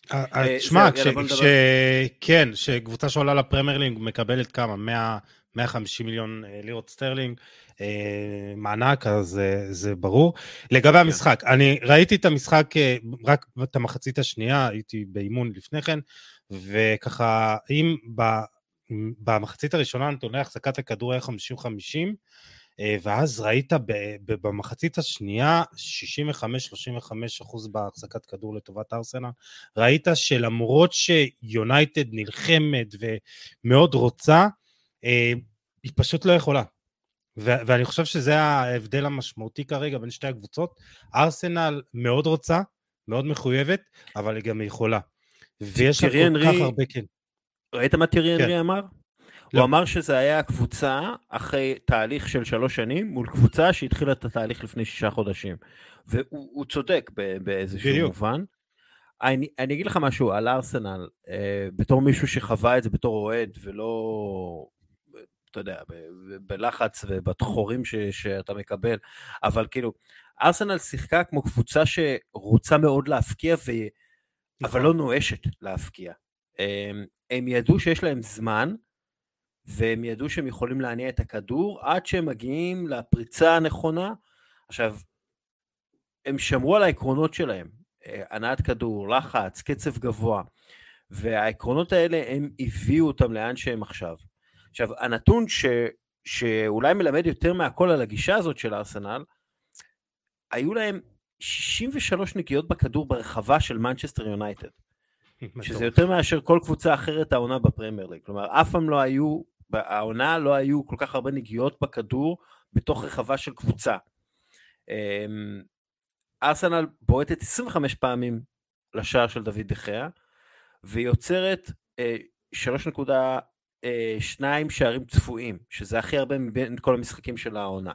תשמע, כן, שקבוצה שעולה לפרמייר ליג מקבלת כמה? מאה וחמישים מיליון לירות סטרלינג, מענק, אז זה ברור. לגבי המשחק, אני ראיתי את המשחק, רק את המחצית השנייה, הייתי באימון לפני כן, וככה, אם במחצית הראשונה נתוני החזקת הכדור היה חמישים חמישים, ואז ראית במחצית השנייה שישים וחמש שלושים וחמש אחוז בהחזקת כדור לטובת ארסנל, ראית שלמרות שיונייטד נלחמת ומאוד רוצה, היא פשוט לא יכולה, ואני חושב שזה ההבדל המשמעותי כרגע בין שתי הקבוצות. ארסנל מאוד רוצה, מאוד מחויבת, אבל היא גם יכולה, ויש לה כל כך הרבה. כן, ראית מה טירי אנרי אמר? הוא אמר שזה היה קבוצה אחרי תהליך של שלוש שנים, מול קבוצה שהתחילה את התהליך לפני שישה חודשים. והוא צודק באיזשהו מובן. אני, אני אגיד לך משהו על ארסנל, בתור מישהו שחווה את זה בתור אוהד, ולא, אתה יודע, בלחץ ובתחורים ש, שאתה מקבל, אבל כאילו, ארסנל שיחקה כמו קבוצה שרוצה מאוד להפקיע, ו... אבל לא נואשת להפקיע. הם ידעו שיש להם זמן, והם ידעו שהם יכולים להניע את הכדור, עד שהם מגיעים לפריצה הנכונה. עכשיו, הם שמרו על העקרונות שלהם, הנעת כדור, לחץ, קצב גבוה, והעקרונות האלה הם הביאו אותם לאן שהם עכשיו. עכשיו, הנתון ש, שאולי מלמד יותר מהכל על הגישה הזאת של ארסנל, היו להם שישים ושלוש נגיעות בכדור ברחבה של מנצ'סטר יונייטד, שזה יותר מאשר כל קבוצה אחרת העונה בפרמייר ליג. כלומר, אף פעם לא היו, העונה לא היו כל כך הרבה נגיעות בכדור בתוך רחבה של קבוצה. ארסנל בועטת עשרים וחמש פעמים לשער של דוד דחיה, ויוצרת שלוש נקודה שתיים שערים צפויים, שזה הכי הרבה מבין כל המשחקים של העונה.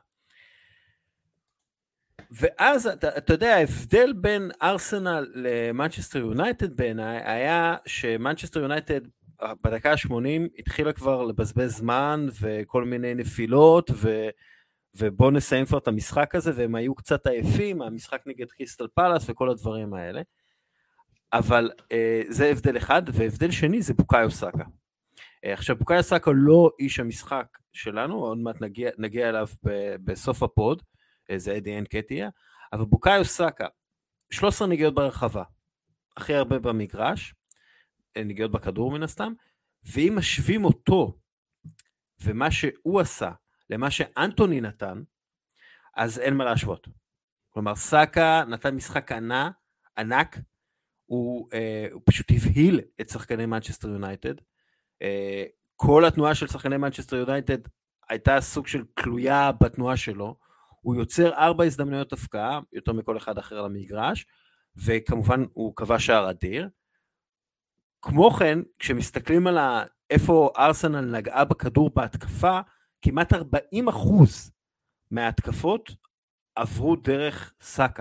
ואז אתה, אתה יודע, ההבדל בין ארסנל למנצ'סטר יונייטד בעיניי, היה שמנצ'סטר יונייטד בדקה ה-שמונים התחילה כבר לבזבז זמן, וכל מיני נפילות, ו, ובוא נסיים כבר את המשחק הזה, והם היו קצת עייפים, המשחק נגד קריסטל פלאס וכל הדברים האלה. אבל אה, זה הבדל אחד, והבדל שני זה בוקאיו סאקה. אה, עכשיו, בוקאיו סאקה לא איש המשחק שלנו, עוד מעט נגיע, נגיע אליו ב, בסוף הפוד, זה אדי אנקטיה, אבל בוקאיו סאקה, שלוש עשרה נגיעות ברחבה, הכי הרבה במגרש, נגיעות בכדור מן הסתם, ואם משווים אותו, ומה שהוא עשה, למה שאנטוני נתן, אז אין מה להשוות. כלומר, סאקה נתן משחק ענה, ענק, הוא, אה, הוא פשוט הבהיל את שחקני מנצ'סטר יונייטד, אה, כל התנועה של שחקני מנצ'סטר יונייטד, הייתה סוג של תלויה בתנועה שלו, הוא יוצר ארבע הזדמנויות הפקעה, יותר מכל אחד אחר למגרש, וכמובן הוא קבע שער אדיר. כמו כן, כשמסתכלים על איפה ארסנל נגעה בכדור בהתקפה, כמעט ארבעים אחוז מההתקפות עברו דרך סאקה.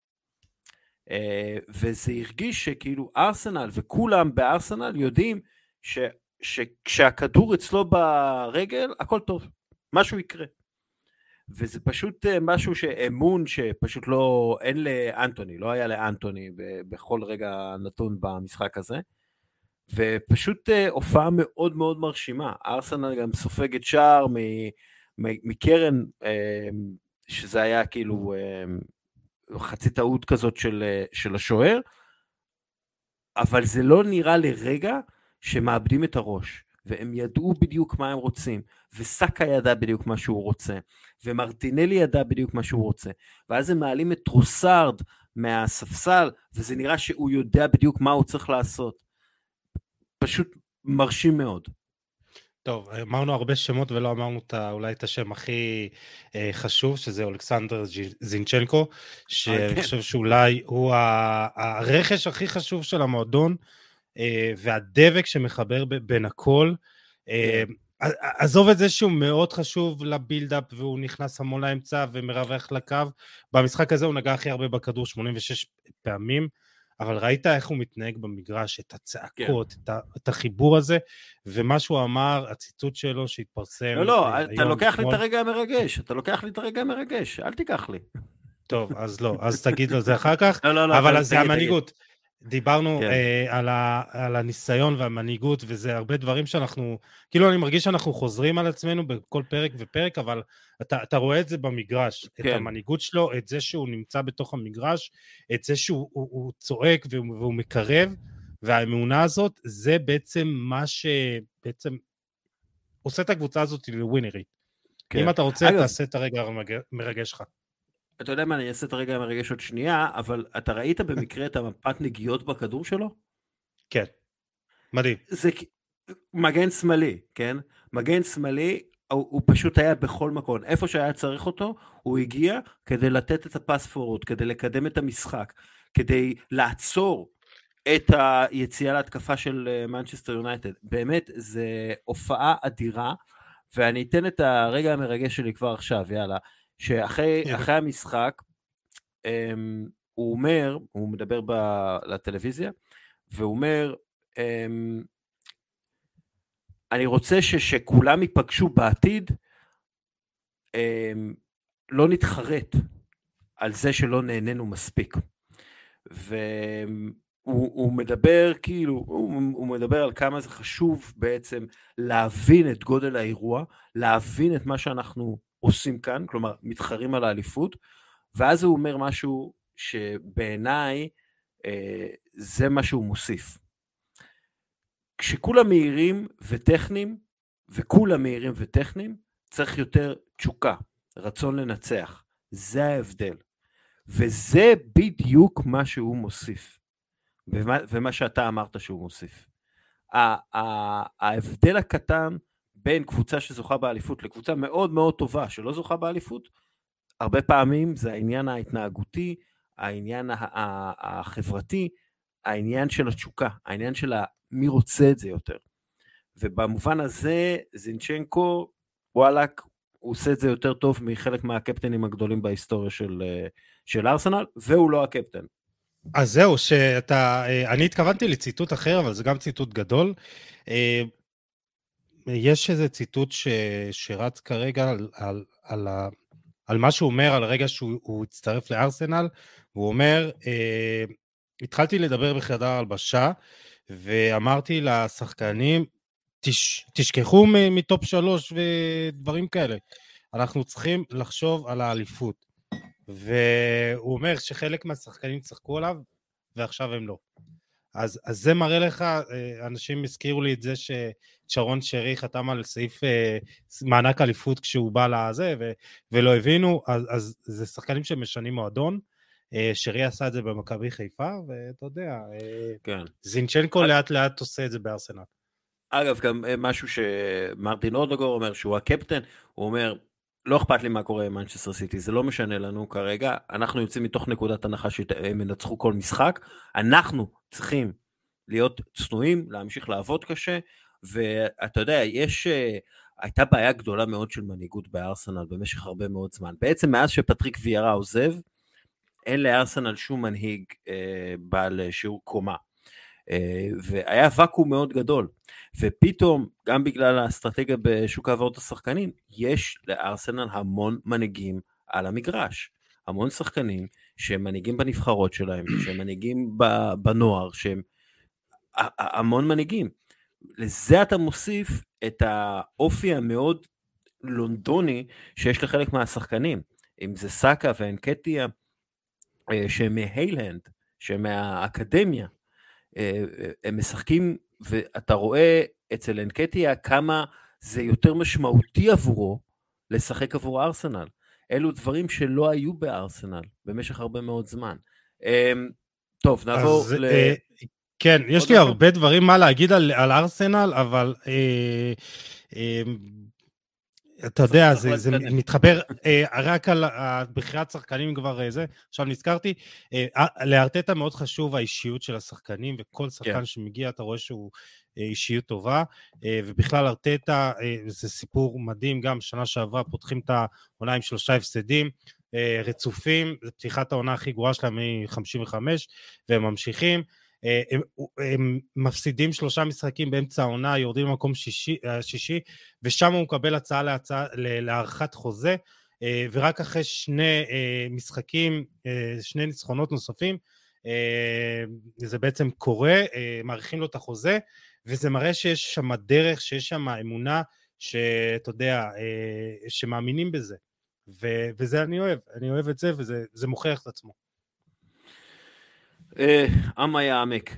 וזה הרגיש שכאילו ארסנל וכולם בארסנל יודעים ש, שכשהכדור אצלו ברגל, הכל טוב, משהו יקרה. וזה פשוט משהו שאמון שפשוט לא, אין לאנטוני, לא היה לאנטוני בכל רגע נתון במשחק הזה, ופשוט הופעה מאוד מאוד מרשימה. ארסנל גם סופגת שער מקרן, שזה היה כאילו חצי טעות כזאת של, של השוער, אבל זה לא נראה לרגע שמאבדים את הראש, והם ידעו בדיוק מה הם רוצים, וסאקה ידע בדיוק מה שהוא רוצה, ומרטינלי ידע בדיוק מה שהוא רוצה, ואז הם מעלים את טרוסארד מהספסל, וזה נראה שהוא יודע בדיוק מה הוא צריך לעשות. פשוט מרשים מאוד. טוב, אמרנו הרבה שמות ולא אמרנו את, אולי את השם הכי אה, חשוב, שזה אולכסנדר זינצ'נקו, שאני חושב שאולי הוא הרכש הכי חשוב של המועדון, אה, והדבק שמחבר ב- בין הכל. אה, עזוב את זה שהוא מאוד חשוב לבילדאפ, והוא נכנס המון לאמצע ומרווח לקו. במשחק הזה הוא נגע הכי הרבה בכדור, שמונים ושש פעמים, אבל ראית איך הוא מתנהג במגרש, את הצעקות, כן. את, ה, את החיבור הזה, ומה שהוא אמר, הציטוט שלו שהתפרסם. לא, לא, אתה לוקח לי את הרגע המרגש, אתה לוקח לי את הרגע המרגש, אל תיקח לי. טוב, אז לא, אז תגיד לו זה אחר כך, לא, לא, לא, אבל זה המנהיגות. דיברנו כן. אה, על, ה, על הניסיון והמנהיגות, וזה הרבה דברים שאנחנו, כאילו אני מרגיש שאנחנו חוזרים על עצמנו בכל פרק ופרק, אבל אתה, אתה רואה את זה במגרש, כן. את המנהיגות שלו, את זה שהוא נמצא בתוך המגרש, את זה שהוא הוא, הוא צועק והוא, והוא מקרב, והאמונה הזאת, זה בעצם מה שבעצם עושה את הקבוצה הזאת לווינרית. כן. אם אתה רוצה, אגב, תעשה את הרגע המרגש שלך. אתה יודע מה, אני אעשה את הרגע המרגש עוד שנייה, אבל אתה ראית במקרה את המפת נגיעות בכדור שלו? כן, מדהים. זה מגן שמאלי, כן? מגן שמאלי, הוא, הוא פשוט היה בכל מקום. איפה שהיה צריך אותו, הוא הגיע כדי לתת את הפס פורוד, כדי לקדם את המשחק, כדי לעצור את היציאה להתקפה של מנצ'סטר יונייטד. באמת, זה הופעה אדירה, ואני אתן את הרגע המרגש שלי כבר עכשיו, יאללה. שאחרי אחרי המשחק, um, הוא אומר, הוא מדבר ב- לטלוויזיה, והוא אומר, um, אני רוצה ש- שכולם ייפגשו בעתיד, um, לא נתחרט על זה שלא נהנינו מספיק. והוא הוא מדבר, כאילו, הוא, הוא מדבר על כמה זה חשוב בעצם להבין את גודל האירוע, להבין את מה שאנחנו עושים כאן, כלומר, מתחרים על האליפות, ואז הוא אומר משהו שבעיניי אה, זה מה שהוא מוסיף. כשכולם מהירים וטכניים, וכולם מהירים וטכניים, צריך יותר תשוקה, רצון לנצח. זה ההבדל. וזה בדיוק מה שהוא מוסיף. ומה, ומה שאתה אמרת שהוא מוסיף. ההבדל הקטן בין קבוצה שזוכה באליפות לקבוצה מאוד מאוד טובה שלא זוכה באליפות, הרבה פעמים זה העניין ההתנהגותי, העניין החברתי, העניין של התשוקה, העניין של מי רוצה את זה יותר. ובמובן הזה, זינצ'נקו, וואלק, הוא עושה את זה יותר טוב מחלק מהקפטנים הגדולים בהיסטוריה של, של ארסנל, והוא לא הקפטן. אז זהו, שאתה, אני התכוונתי לציטוט אחר, אבל זה גם ציטוט גדול. יש איזה ציטוט ש, שרץ כרגע על, על, על, על מה שהוא אומר, על רגע שהוא הצטרף לארסנל, והוא אומר, התחלתי לדבר בחדר הלבשה, ואמרתי לשחקנים, תש, תשכחו מטופ שלוש ודברים כאלה. אנחנו צריכים לחשוב על האליפות. והוא אומר שחלק מהשחקנים צחקו עליו, ועכשיו הם לא. אז, אז זה מראה לך, אנשים הזכירו לי את זה ששרון שרי חתם על סעיף מענק אליפות כשהוא בא לזה, ו, ולא הבינו, אז, אז זה שחקנים שמשנים מועדון, שרי עשה את זה במכבי חיפה, ואתה יודע, כן. זינצ'נקו לאט לאט עושה את זה בארסנל. אגב, גם משהו שמרטין אודגור אומר שהוא הקפטן, הוא אומר, לא אכפת לי מה קורה עם מנצ'סטר סיטי, זה לא משנה לנו כרגע, אנחנו יוצאים מתוך נקודת הנחה שהם ינצחו כל משחק, אנחנו צריכים להיות צנועים, להמשיך לעבוד קשה, ואתה יודע, יש, הייתה בעיה גדולה מאוד של מנהיגות בארסנל במשך הרבה מאוד זמן, בעצם מאז שפטריק ויארה עוזב, אין לארסנל שום מנהיג אה, בעל שיעור קומה, אה, והיה וקום מאוד גדול, ופתאום, גם בגלל האסטרטגיה בשוק העברות השחקנים, יש לארסנל המון מנהיגים על המגרש, המון שחקנים שהם מנהיגים בנבחרות שלהם, שהם מנהיגים בנוער, שהם המון מנהיגים. לזה אתה מוסיף את האופי המאוד לונדוני שיש לחלק מהשחקנים, אם זה סאקה ואנקטיה, שהם מהיילנד, שהם מהאקדמיה, הם משחקים, ואתה רואה אצל אנקטיה כמה זה יותר משמעותי עבורו לשחק עבור ארסנל. אלו דברים שלא היו בארסנל במשך הרבה מאוד זמן. טוב, נעבור אז, ל... אה, כן, יש לי הרבה דברים מה להגיד על, על ארסנל, אבל אה, אה, אתה יודע, זה, זה מתחבר אה, רק על בחירת שחקנים כבר זה, עכשיו נזכרתי, אה, לארטטה מאוד חשוב האישיות של השחקנים, וכל שחקן כן. שמגיע אתה רואה שהוא אה, אישיות טובה, אה, ובכלל ארטטה אה, זה סיפור מדהים, גם שנה שעברה פותחים את העונה עם שלושה הפסדים, אה, רצופים, זה פתיחת העונה הכי גרועה שלהם מ-חמישים וחמש, והם ממשיכים, הם, הם מפסידים שלושה משחקים באמצע העונה, יורדים למקום שישי, שישי, ושם הוא מקבל הצעה להצעה, להערכת חוזה, ורק אחרי שני משחקים, שני ניצחונות נוספים, זה בעצם קורה, מעריכים לו את החוזה, וזה מראה שיש שם דרך, שיש שם אמונה, שאתה יודע, שמאמינים בזה, וזה אני אוהב, אני אוהב את זה, וזה מוכיח את עצמו. אמה יעמק.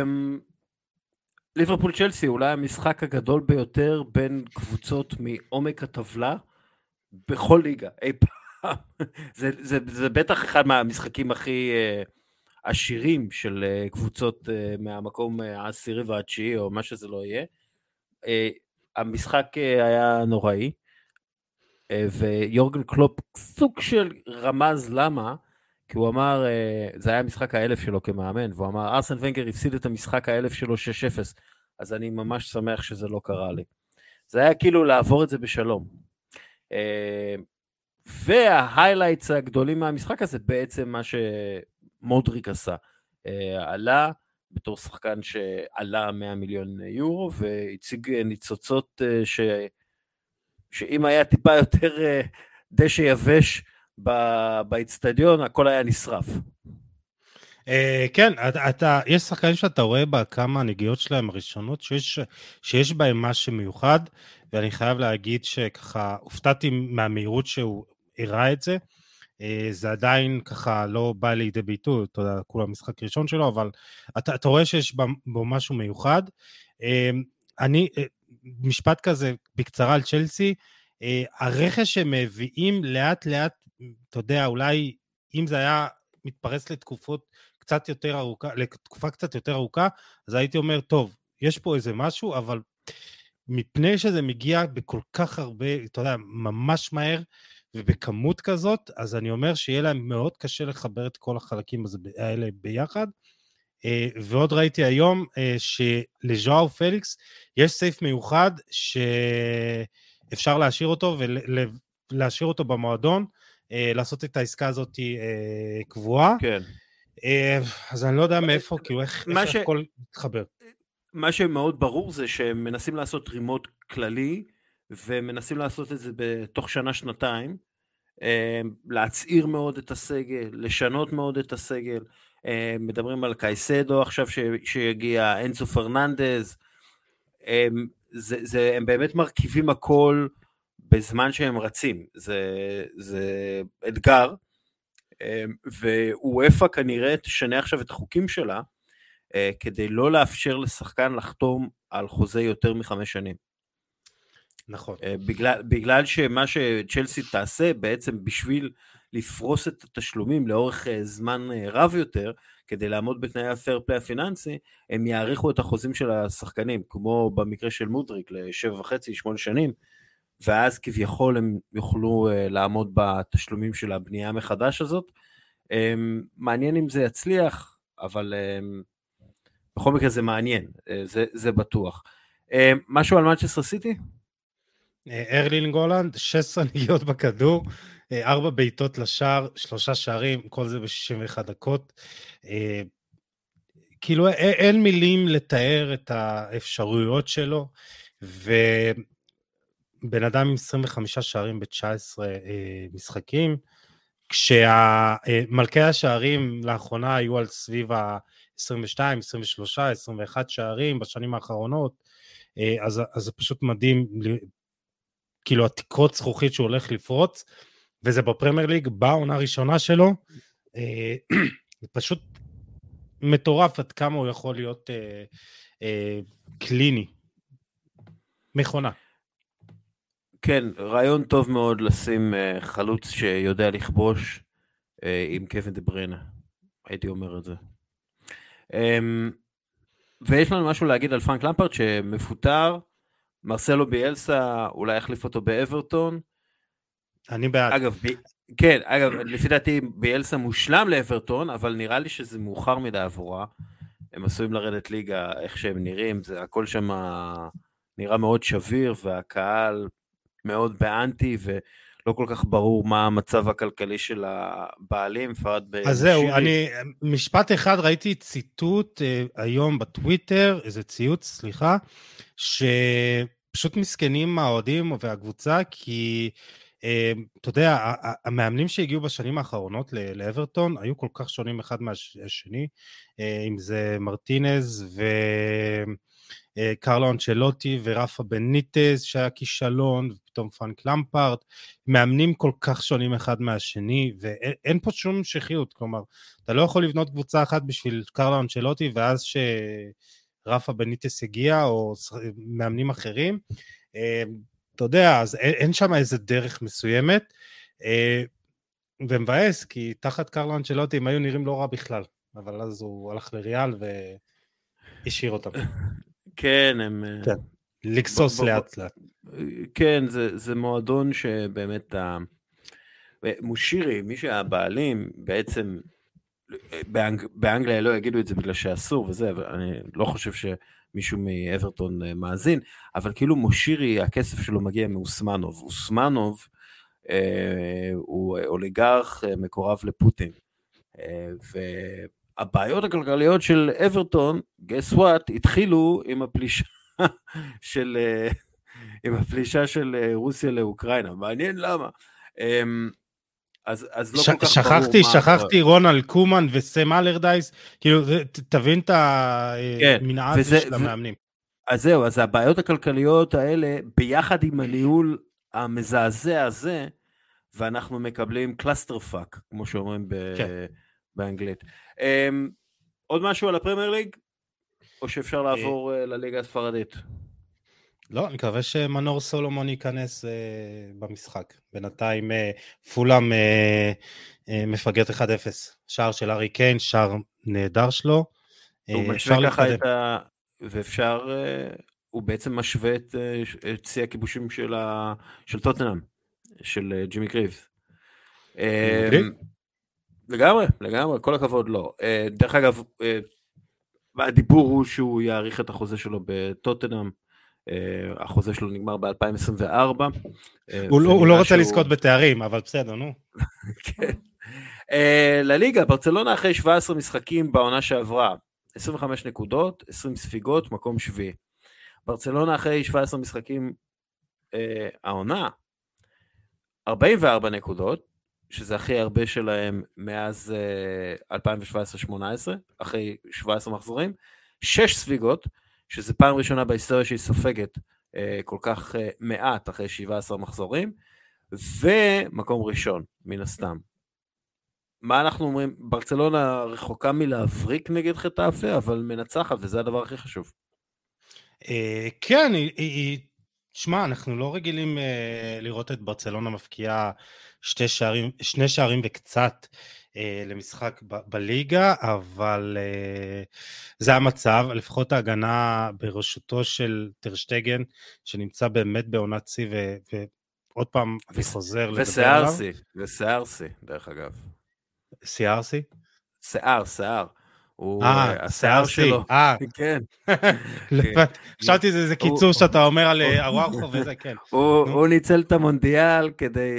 ליברפול צ'לסי, אולי המשחק הגדול ביותר בין קבוצות מעומק הטבלה, בכל ליגה, אי פעם. זה, זה, זה בטח אחד מהמשחקים הכי uh, עשירים של uh, קבוצות uh, מהמקום העשירי והתשיעי, או מה שזה לא יהיה. Uh, המשחק uh, היה נוראי, uh, ויורגן קלופ סוג של רמז למה, כי הוא אמר, uh, זה היה המשחק האלף שלו כמאמן, והוא אמר, ארסן ונגר הפסיד את המשחק האלף שלו שש אפס, אז אני ממש שמח שזה לא קרה לי. זה היה כאילו לעבור את זה בשלום. Uh, וההיילייטס הגדולים מהמשחק הזה, בעצם מה שמודריק עשה, עלה בתור שחקן שעלה מאה מיליון יורו, והציג ניצוצות ש... שאם היה טיפה יותר דשא יבש באצטדיון, הכל היה נשרף. כן, אתה, יש שחקנים שאתה רואה בכמה הנגיעות שלהם הראשונות, שיש, שיש בהם משהו מיוחד, ואני חייב להגיד שככה, הופתעתי מהמהירות שהוא הראה את זה, זה עדיין ככה לא בא לידי ביטוי, אתה יודע, כול המשחק הראשון שלו, אבל אתה, אתה רואה שיש בו משהו מיוחד. אני, משפט כזה בקצרה על צ'לסי, הרכש שהם מביאים לאט לאט, אתה יודע, אולי אם זה היה מתפרס לתקופות קצת יותר ארוכה, לתקופה קצת יותר ארוכה, אז הייתי אומר, טוב, יש פה איזה משהו, אבל מפני שזה מגיע בכל כך הרבה, אתה יודע, ממש מהר, ובכמות כזאת, אז אני אומר שיהיה להם מאוד קשה לחבר את כל החלקים האלה ביחד, ועוד ראיתי היום שלז'ואו פליקס יש סייף מיוחד שאפשר להשאיר אותו ולהשאיר אותו במועדון, לעשות את העסקה הזאת קבועה. כן. אז אני לא יודע מאיפה, כאילו איך הכל מתחבר. מה שמאוד ברור זה שהם מנסים לעשות רימוט כללי, ומנסים לעשות את זה בתוך שנה, שנתיים, להצעיר מאוד את הסגל, לשנות מאוד את הסגל, מדברים על קייסדו עכשיו שיגיע, אנסו פרננדז, הם, זה, זה, הם באמת מרכיבים הכל בזמן שהם רצים, זה, זה אתגר, ואופה כנראה תשנה עכשיו את החוקים שלה, כדי לא לאפשר לשחקן לחתום על חוזה יותר מחמש שנים. נכון. בגלל, בגלל שמה שצ'לסי תעשה בעצם בשביל לפרוס את התשלומים לאורך זמן רב יותר, כדי לעמוד בתנאי הפייר פליי הפיננסי, הם יעריכו את החוזים של השחקנים, כמו במקרה של מודריק, לשבע וחצי, שמונה שנים, ואז כביכול הם יוכלו לעמוד בתשלומים של הבנייה המחדש הזאת. מעניין אם זה יצליח, אבל בכל מקרה זה מעניין, זה, זה בטוח. משהו על מנצ'סטר סיטי? ארלינג הולנד, שש עשרה נגיעות בכדור, ארבע בעיטות לשער, שלושה שערים, כל זה ב-שישים ואחת דקות. כאילו אין מילים לתאר את האפשרויות שלו, ובן אדם עם עשרים וחמישה שערים ב-תשע עשרה משחקים, כשמלכי השערים לאחרונה היו על סביב ה-עשרים ושתיים, עשרים ושלוש, עשרים ואחת שערים בשנים האחרונות, אז, אז זה פשוט מדהים, כאילו התקרות זכוכית שהוא הולך לפרוץ, וזה בפרמייר ליג, בעונה הראשונה שלו, זה פשוט מטורף עד כמה הוא יכול להיות אה, אה, קליני, מכונה. כן, רעיון טוב מאוד לשים אה, חלוץ שיודע לכבוש אה, עם קווין דה בריינה, הייתי אומר את זה. אה, ויש לנו משהו להגיד על פרנק למפרד שמפוטר, מרסלו ביאלסה אולי יחליף אותו באברטון. אני בעד. אגב, ב... כן, אגב, לפי דעתי ביאלסה מושלם לאברטון, אבל נראה לי שזה מאוחר מדי עבורה. הם עשויים לרדת ליגה, איך שהם נראים, זה הכל שם נראה מאוד שביר, והקהל מאוד באנטי, ולא כל כך ברור מה המצב הכלכלי של הבעלים. אז זהו, אני, משפט אחד, ראיתי ציטוט uh, היום בטוויטר, איזה ציוץ, סליחה, שפשוט מסכנים האוהדים והקבוצה, כי uh, אתה יודע, המאמנים שהגיעו בשנים האחרונות לאברטון היו כל כך שונים אחד מהשני, אם זה מרטינז וקרלו אנצ'לוטי ורפה בניטז שהיה כישלון, ופתאום פרנק למפארד, מאמנים כל כך שונים אחד מהשני, ואין פה שום המשכיות, כלומר, אתה לא יכול לבנות קבוצה אחת בשביל קרלו אנצ'לוטי, ואז שרפה בניטז הגיע, או מאמנים אחרים, אתה יודע, אז אין, אין שם איזה דרך מסוימת, אה, ומבאס, כי תחת קרלו אנצ'לוטי הם היו נראים לא רע בכלל, אבל אז הוא הלך לריאל והשאיר אותם. כן, הם... כן, לגסוס לאט לאט. כן, זה, זה מועדון שבאמת, ה... מושירי, מי שהבעלים, בעצם, באנג... באנגליה לא יגידו את זה בגלל שאסור וזה, אבל אני לא חושב ש... מישהו מאברטון מאזין, אבל כאילו מושירי, הכסף שלו מגיע מאוסמנוב. אוסמנוב אה, הוא אוליגרך אה, מקורב לפוטין. אה, והבעיות הכלכליות של אברטון, guess what, התחילו עם הפלישה של, אה, עם הפלישה של אה, רוסיה לאוקראינה. מעניין למה. אה, אז, אז לא ש- כל כך שכחתי, ברור שכחתי מה... רונלד קומן וסם אלרדייס, כאילו, תבין את המנעד כן, של המאמנים. אז זהו, אז הבעיות הכלכליות האלה, ביחד עם הניהול המזעזע הזה, ואנחנו מקבלים קלאסטר פאק, כמו שאומרים ב- כן. באנגלית. Um, עוד משהו על הפרמייר ליג? או שאפשר לעבור uh, לליגה הספרדית? לא, אני מקווה שמנור סולומון ייכנס uh, במשחק. בינתיים uh, פולאם uh, uh, מפגרת אחד אפס. שער של ארי קיין, שער נהדר שלו. הוא uh, משווה ככה את ה... ואפשר, uh, הוא בעצם משווה את, uh, את שיא הכיבושים של, ה... של טוטנהאם, של uh, ג'ימי קריבס. Uh, לגמרי, לגמרי, כל הכבוד לא. Uh, דרך אגב, uh, הדיבור הוא שהוא יאריך את החוזה שלו בטוטנהאם, Uh, החוזה שלו נגמר ב-אלפיים עשרים וארבע. Uh, הוא, לא, הוא לא רוצה שהוא... לזכות בתארים, אבל בסדר, נו. כן. Uh, לליגה, ברצלונה אחרי שבע עשרה משחקים בעונה שעברה, עשרים וחמש נקודות, עשרים ספיגות, מקום שביעי. ברצלונה אחרי שבע עשרה משחקים, uh, העונה, ארבעים וארבע נקודות, שזה הכי הרבה שלהם מאז uh, אלפיים שבע עשרה שמונה עשרה, אחרי שבע עשרה מחזורים, שש ספיגות, שזה פעם ראשונה בהיסטוריה שהיא סופגת אה, כל כך אה, מעט אחרי שבעה עשר מחזורים, ומקום ראשון, מן הסתם. מה אנחנו אומרים? ברצלונה רחוקה מלהבריק נגד חטאפה, אבל מנצחת, וזה הדבר הכי חשוב. אה, כן, היא, היא, שמה, אנחנו לא רגילים אה, לראות את ברצלונה מפקיעה שתי שערים, שני שערים וקצת, למשחק ב- בליגה, אבל uh, זה המצב, לפחות ההגנה בראשותו של טרשטגן, שנמצא באמת בעונת צי, ו- ועוד פעם ו- חוזר לדבר עליו. וסארסי, וסארסי, דרך אגב. סארסי? שיער, שיער. אה, השיער שלו. אה, כן. חשבתי זה קיצור שאתה אומר על ארווחו וזה, כן. הוא ניצל את המונדיאל כדי...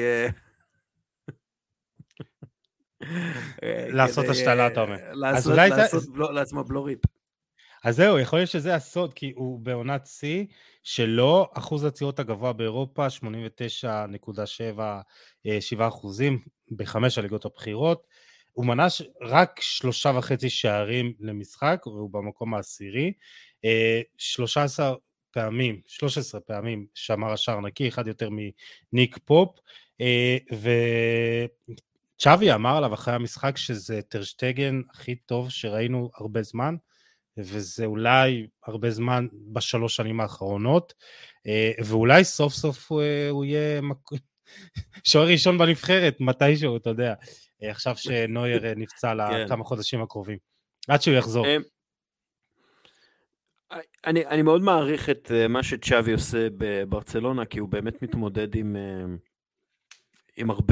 לעשות השתלה, אתה אומר. לעשות לעצמו בלורית. אז זהו, יכול להיות שזה הסוד, כי הוא בעונת C, שלו אחוז הצירות הגבוה באירופה, שמונים ותשע נקודה שבע אחוזים, בחמש הליגות הבחירות, הוא מנה רק שלושה וחצי שערים למשחק, והוא במקום העשירי, שלוש עשרה פעמים, שלוש עשרה פעמים שמר השער נקי, אחד יותר מניק פופ, ו... צ'אבי אמר עליו אחרי המשחק שזה טרשטגן הכי טוב שראינו הרבה זמן, וזה אולי הרבה זמן בשלוש שנים האחרונות, ואולי סוף סוף הוא יהיה שוער ראשון בנבחרת, מתישהו, אתה יודע, עכשיו שנויר נפצע לכמה חודשים הקרובים, עד שהוא יחזור. אני, אני מאוד מעריך את מה שצ'אבי עושה בברצלונה, כי הוא באמת מתמודד עם, עם הרבה.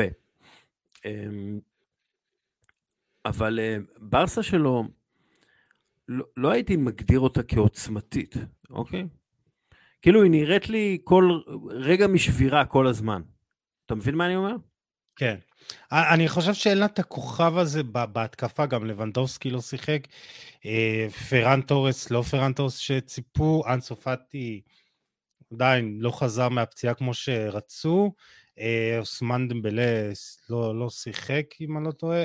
אבל ברסה שלו לא, לא הייתי מגדיר אותה כעוצמתית, אוקיי? כאילו היא נראית לי כל רגע משבירה כל הזמן. אתה מבין מה אני אומר? כן. אני חושב שאין לה את הכוכב הזה בהתקפה, גם לבנדובסקי לא שיחק, פרן טורס, לא פרן טורס שציפו, אנסו פאטי עדיין לא חזר מהפציעה כמו שרצו, אוסמן דמבלה לא, לא שיחק, אם אני לא טועה,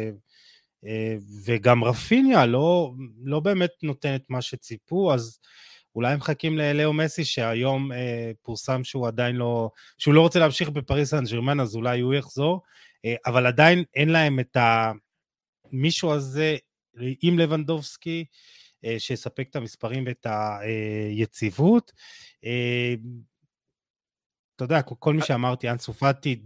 וגם רפיניה לא, לא באמת נותן את מה שציפו, אז אולי הם מחכים לאליאו מסי, שהיום פורסם שהוא עדיין לא, שהוא לא רוצה להמשיך בפריס סן ז'רמן, אז אולי הוא יחזור, אבל עדיין אין להם את המישהו הזה, עם לבנדובסקי, שיספק את המספרים ואת היציבות. אתה יודע, כל מי שאמרתי, אנסו פאטי,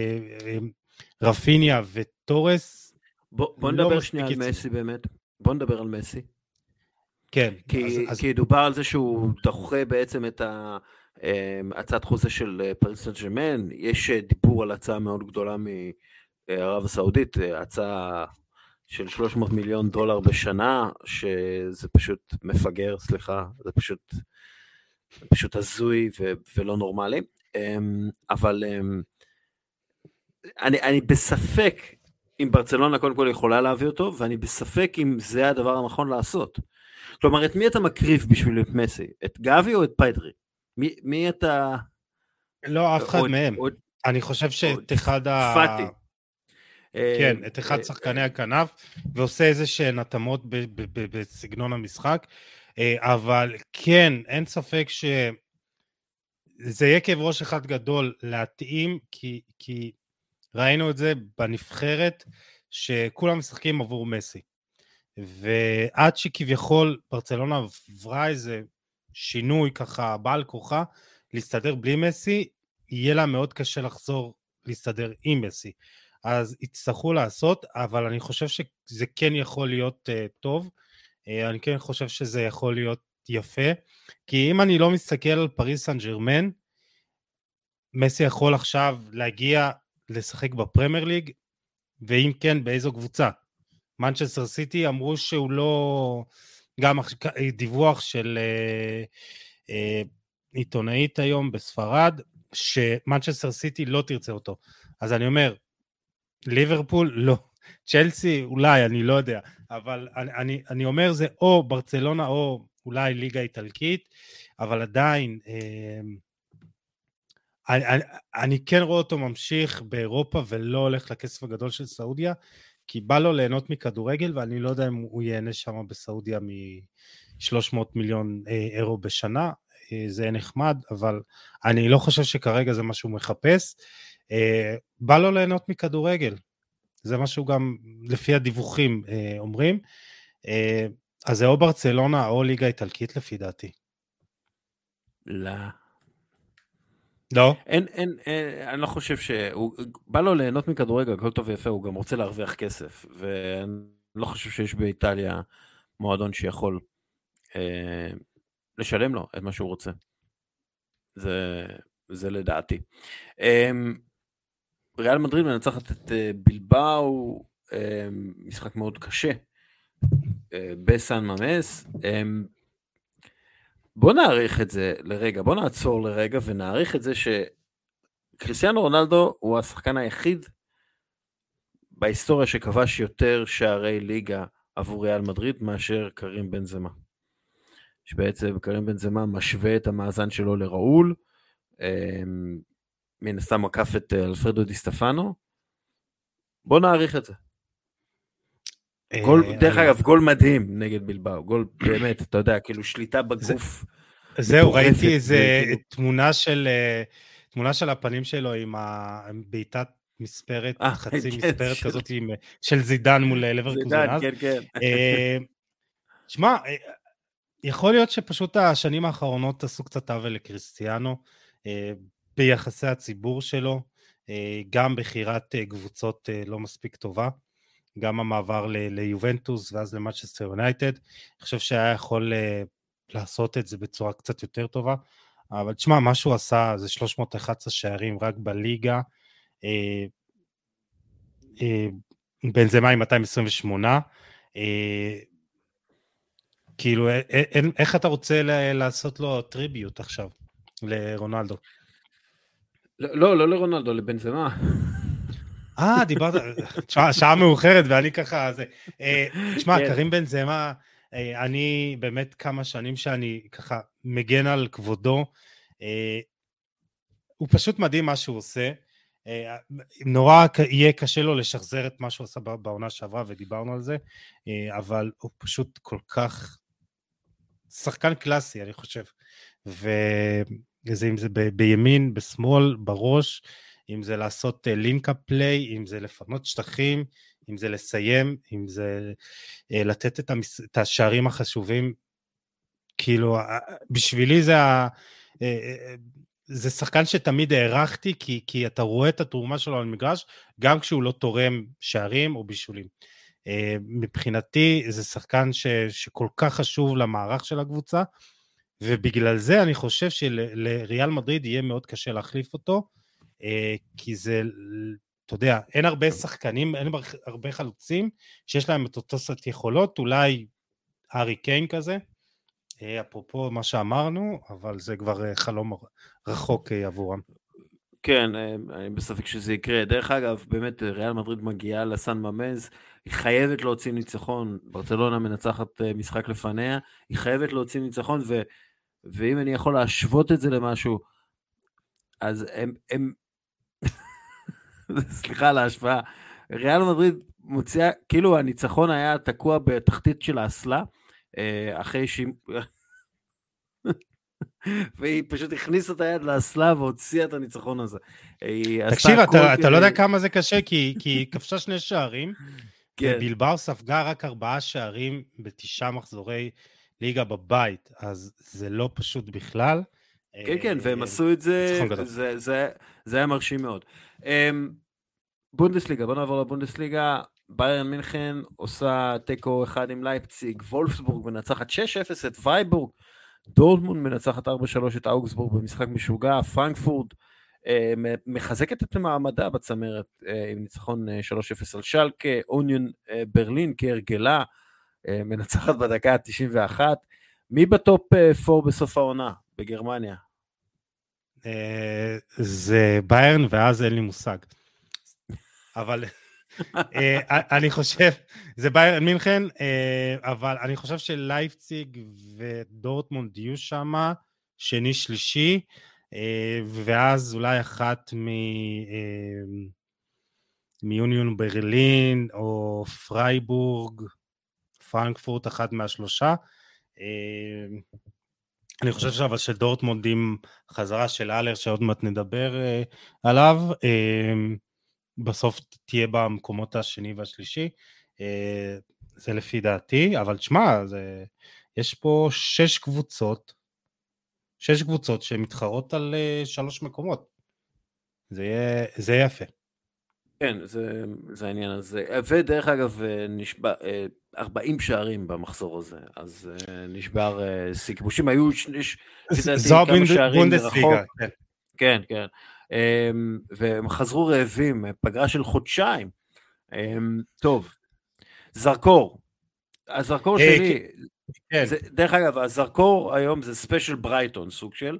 רפיניה וטורס, בוא נדבר שנייה על מסי באמת, בוא נדבר על מסי. כן. כי דובר על זה שהוא דוחה בעצם את הצעת חוזה של פריס סן ז'רמן, יש דיבור על הצעה מאוד גדולה מערב הסעודית, הצעה של שלוש מאות מיליון דולר בשנה, שזה פשוט מפגר, סליחה, זה פשוט, פשוט הזוי ו- ולא נורמלי, אבל אני, אני בספק אם ברצלונה קודם כל יכולה להביא אותו, ואני בספק אם זה הדבר הנכון לעשות. כלומר, את מי אתה מקריב בשביל את מסי? את גבי או את פיידרי? מי, מי אתה... לא, אף אחד מהם. או, אני חושב שאת אחד ה... פאטי. כן, את אחד שחקני הכנף, ועושה איזה שהן התאמות בסגנון המשחק, אבל כן, אין ספק שזה יהיה כאב ראש אחד גדול להתאים, כי, כי ראינו את זה בנבחרת, שכולם משחקים עבור מסי, ועד שכביכול ברצלונה עברה איזה שינוי ככה בעל כוחה, להסתדר בלי מסי, יהיה לה מאוד קשה לחזור להסתדר עם מסי, אז יצטרכו לעשות, אבל אני חושב שזה כן יכול להיות uh, טוב, uh, אני כן חושב שזה יכול להיות יפה, כי אם אני לא מסתכל על פריס סן ז'רמן, מסי יכול עכשיו להגיע לשחק בפרמייר ליג, ואם כן, באיזו קבוצה? מנצ'סטר סיטי אמרו שהוא לא, גם דיווח של uh, uh, עיתונאית היום בספרד, שמנצ'סטר סיטי לא תרצה אותו, אז אני אומר, ליברפול לא, צ'לסי אולי, אני לא יודע, אבל אני, אני, אני אומר זה או ברצלונה או אולי ליגה איטלקית, אבל עדיין אה, אני, אני, אני כן רואה אותו ממשיך באירופה ולא הולך לכסף הגדול של סעודיה, כי בא לו ליהנות מכדורגל, ואני לא יודע אם הוא ייהנה שם בסעודיה מ-שלוש מאות מיליון אירו בשנה, אה, זה נחמד, אבל אני לא חושב שכרגע זה מה שהוא מחפש, Uh, בא לו ליהנות מכדורגל, זה משהו גם לפי הדיווחים uh, אומרים, uh, אז זה או ברצלונה או ליגה איטלקית לפי דעתי. לא. לא? אין, אין, אין, אני לא חושב שהוא, בא לו ליהנות מכדורגל, הכל טוב ויפה, הוא גם רוצה להרוויח כסף, ואני לא חושב שיש באיטליה מועדון שיכול אה, לשלם לו את מה שהוא רוצה. זה, זה לדעתי. אה, ריאל מדריד מנצחת את בלבאו, משחק מאוד קשה, בסן ממס. בוא נעריך את זה לרגע, בוא נעצור לרגע ונעריך את זה שקריסטיאנו רונלדו הוא השחקן היחיד בהיסטוריה שכבש יותר שערי ליגה עבור ריאל מדריד מאשר קרים בנזמה. שבעצם קרים בנזמה משווה את המאזן שלו לראול, מן הסתם מקף את אלפרדו די סטפנו. בוא נעריך את זה. גול, דרך אגב, גול מדהים נגד בלבאו, גול באמת, אתה יודע, כאילו שליטה בגוף. זהו, ראיתי איזה תמונה של, תמונה של הפנים שלו עם בעיטת מספרת, חצי מספרת כזאת של זידן מול לברקוזן. זידן, כן, כן. שמע, יכול להיות שפשוט השנים האחרונות עשו קצת עוול לקריסטיאנו, ביחסי הציבור שלו, גם בחירת קבוצות לא מספיק טובה, גם המעבר ליובנטוס ואז למנצ'סטר יונייטד, אני חושב שהיה יכול לעשות את זה בצורה קצת יותר טובה, אבל תשמע, מה שהוא עשה זה שלוש מאות ואחת עשרה שערים רק בליגה, בנזמה עם מאתיים עשרים ושמונה, כאילו, איך אתה רוצה לעשות לו טריביוט עכשיו, לרונלדו? לא, לא לרונלדו, לבנזמה. אה, דיברת, תשמע, שעה מאוחרת, ואני ככה, זה, תשמע, קרים בנזמה, אני באמת כמה שנים שאני ככה מגן על כבודו, הוא פשוט מדהים מה שהוא עושה, נורא יהיה קשה לו לשחזר את מה שהוא עשה בעונה שעברה, ודיברנו על זה, אבל הוא פשוט כל כך שחקן קלאסי, אני חושב, וזה אם זה בימין, בשמאל, בראש, אם זה לעשות לינקאפ פליי, אם זה לפנות שטחים, אם זה לסיים, אם זה לתת את, המס... את השערים החשובים, כאילו, בשבילי זה, ה... זה שחקן שתמיד הערכתי, כי, כי אתה רואה את התרומה שלו על מגרש, גם כשהוא לא תורם שערים או בישולים. מבחינתי זה שחקן ש... שכל כך חשוב למערך של הקבוצה, ובגלל זה אני חושב שלריאל מדריד יהיה מאוד קשה להחליף אותו, כי זה, אתה יודע, אין הרבה שחקנים, אין הרבה חלוצים, שיש להם את אותו סט יכולות, אולי הארי קיין כזה, אפרופו מה שאמרנו, אבל זה כבר חלום רחוק עבורם. כן, אני בספק שזה יקרה. דרך אגב, באמת ריאל מדריד מגיעה לסן ממז, היא חייבת להוציא ניצחון, ברצלונה מנצחת משחק לפניה, היא חייבת להוציא ניצחון, ו, ואם אני יכול להשוות את זה למשהו, אז הם, הם סליחה על ההשוואה, ריאל מדריד מוציאה, כאילו הניצחון היה תקוע בתחתית של האסלה, אחרי שהיא... והיא פשוט הכניסה את היד לאסלה והוציאה את הניצחון הזה. תקשיב, אתה, אתה לא יודע כמה זה קשה, כי, כי היא כבשה שני שערים, כן. ובלבאו ספגה רק ארבעה שערים בתשעה מחזורי ליגה בבית, אז זה לא פשוט בכלל. כן, כן, והם עשו את זה, זה, זה, זה היה מרשים מאוד. בונדסליגה, בוא נעבור לבונדסליגה, ביירן מינכן עושה טקו אחד עם לייפציג, וולפסבורג מנצחת שש אפס את וייבורג, דורטמונד מנצחת ארבע שלוש את אוגסבורג במשחק משוגע, פרנקפורט אה, מחזקת את מעמדה בצמרת אה, עם ניצחון אה, שלוש אפס על שלקה, אוניון אה, ברלין כהרגלה, אה, מנצחת בדקה ה-תשעים ואחת, מי בטופ ארבע בסוף העונה בגרמניה? אה, זה ביירן ואז אין לי מושג, אבל... אני חושב, זה ביירן מינכן, אבל אני חושב שלייפציג ודורטמונד יהיו שם, שני שלישי, ואז אולי אחת מיוניון ברלין, או פרייבורג, פרנקפורט, אחת מהשלושה. אני חושב שאבל שדורטמונד עם חזרה של אלר, שעוד מעט נדבר עליו, בסוף תהיה במקומות השני והשלישי, זה לפי דעתי, אבל תשמע, זה, יש פה שש קבוצות, שש קבוצות שמתחרות על שלוש מקומות, זה יהיה, זה יהיה יפה. כן, זה, זה העניין הזה, ודרך אגב, נשבע, ארבעים שערים במחזור הזה, אז נשבר שיא כיבושים, היו זו בונדסליגה, כן, כן, כן. והם חזרו רעבים, פגרה של חודשיים. טוב, זרקור, הזרקור שלי, זה, דרך אגב, הזרקור היום זה ספיישל ברייטון, סוג של,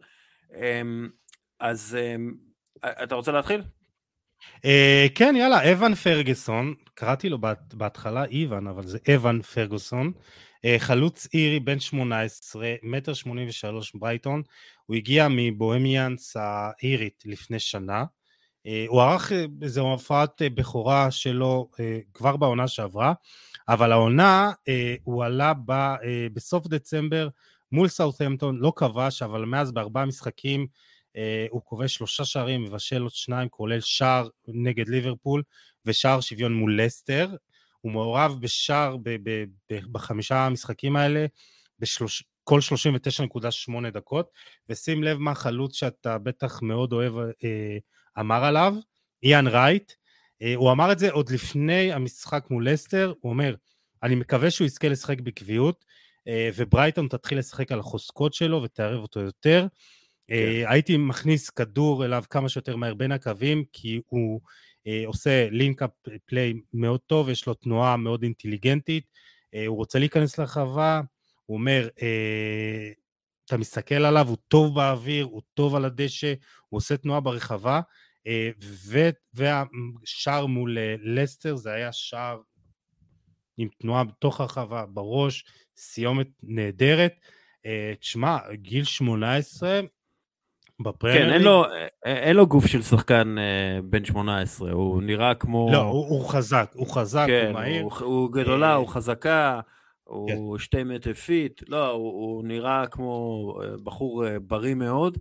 אז אתה רוצה להתחיל? כן, יאללה, איוון פרגוסון, קראתי לו בהתחלה איוון, אבל זה איוון פרגוסון, חלוץ אירי בן שמונה עשרה, מטר שמונים ושלוש ברייטון, הוא הגיע מבוהמיאנס האירית לפני שנה, הוא ערך איזו הופעת בכורה שלו כבר בעונה שעברה, אבל העונה הוא עלה ב, בסוף דצמבר מול סאות'המפטון, לא כבש, אבל מאז בארבעה משחקים הוא כובש שלושה שערים, מבשל עוד שניים, כולל שער נגד ליברפול ושער שוויון מול לסטר, הוא מעורב בשער ב- ב- ב- בחמישה המשחקים האלה, בשלוש, כל שלושים ותשע נקודה שמונה דקות, ושים לב מה חלוץ שאתה בטח מאוד אוהב אה, אמר עליו, איאן רייט, אה, הוא אמר את זה עוד לפני המשחק מול לסטר, הוא אומר, אני מקווה שהוא יזכה לשחק בקביעות, אה, וברייטון תתחיל לשחק על החוזקות שלו, ותערב אותו יותר, כן. אה, הייתי מכניס כדור אליו כמה שיותר מהר בין הקווים, כי הוא אה, עושה לינקאפ פליי מאוד טוב, יש לו תנועה מאוד אינטליגנטית, אה, הוא רוצה להיכנס לרחבה, הוא אומר, אה, אתה מסתכל עליו, הוא טוב באוויר, הוא טוב על הדשא, הוא עושה תנועה ברחבה, אה, ו- והשער מול אה, לסטר, זה היה שער עם תנועה בתוך הרחבה, בראש, סיומת נהדרת, אה, תשמע, גיל שמונה עשרה, בפרמייר כן, אין ליג. לו, אין לו גוף של שחקן בן שמונה עשרה, הוא נראה כמו... לא, הוא, הוא חזק, הוא חזק, כן, הוא מהיר. הוא, הוא גדולה, אה, הוא חזקה, כן. הוא שתי מטר פיט, לא, הוא, הוא נראה כמו בחור בריא מאוד,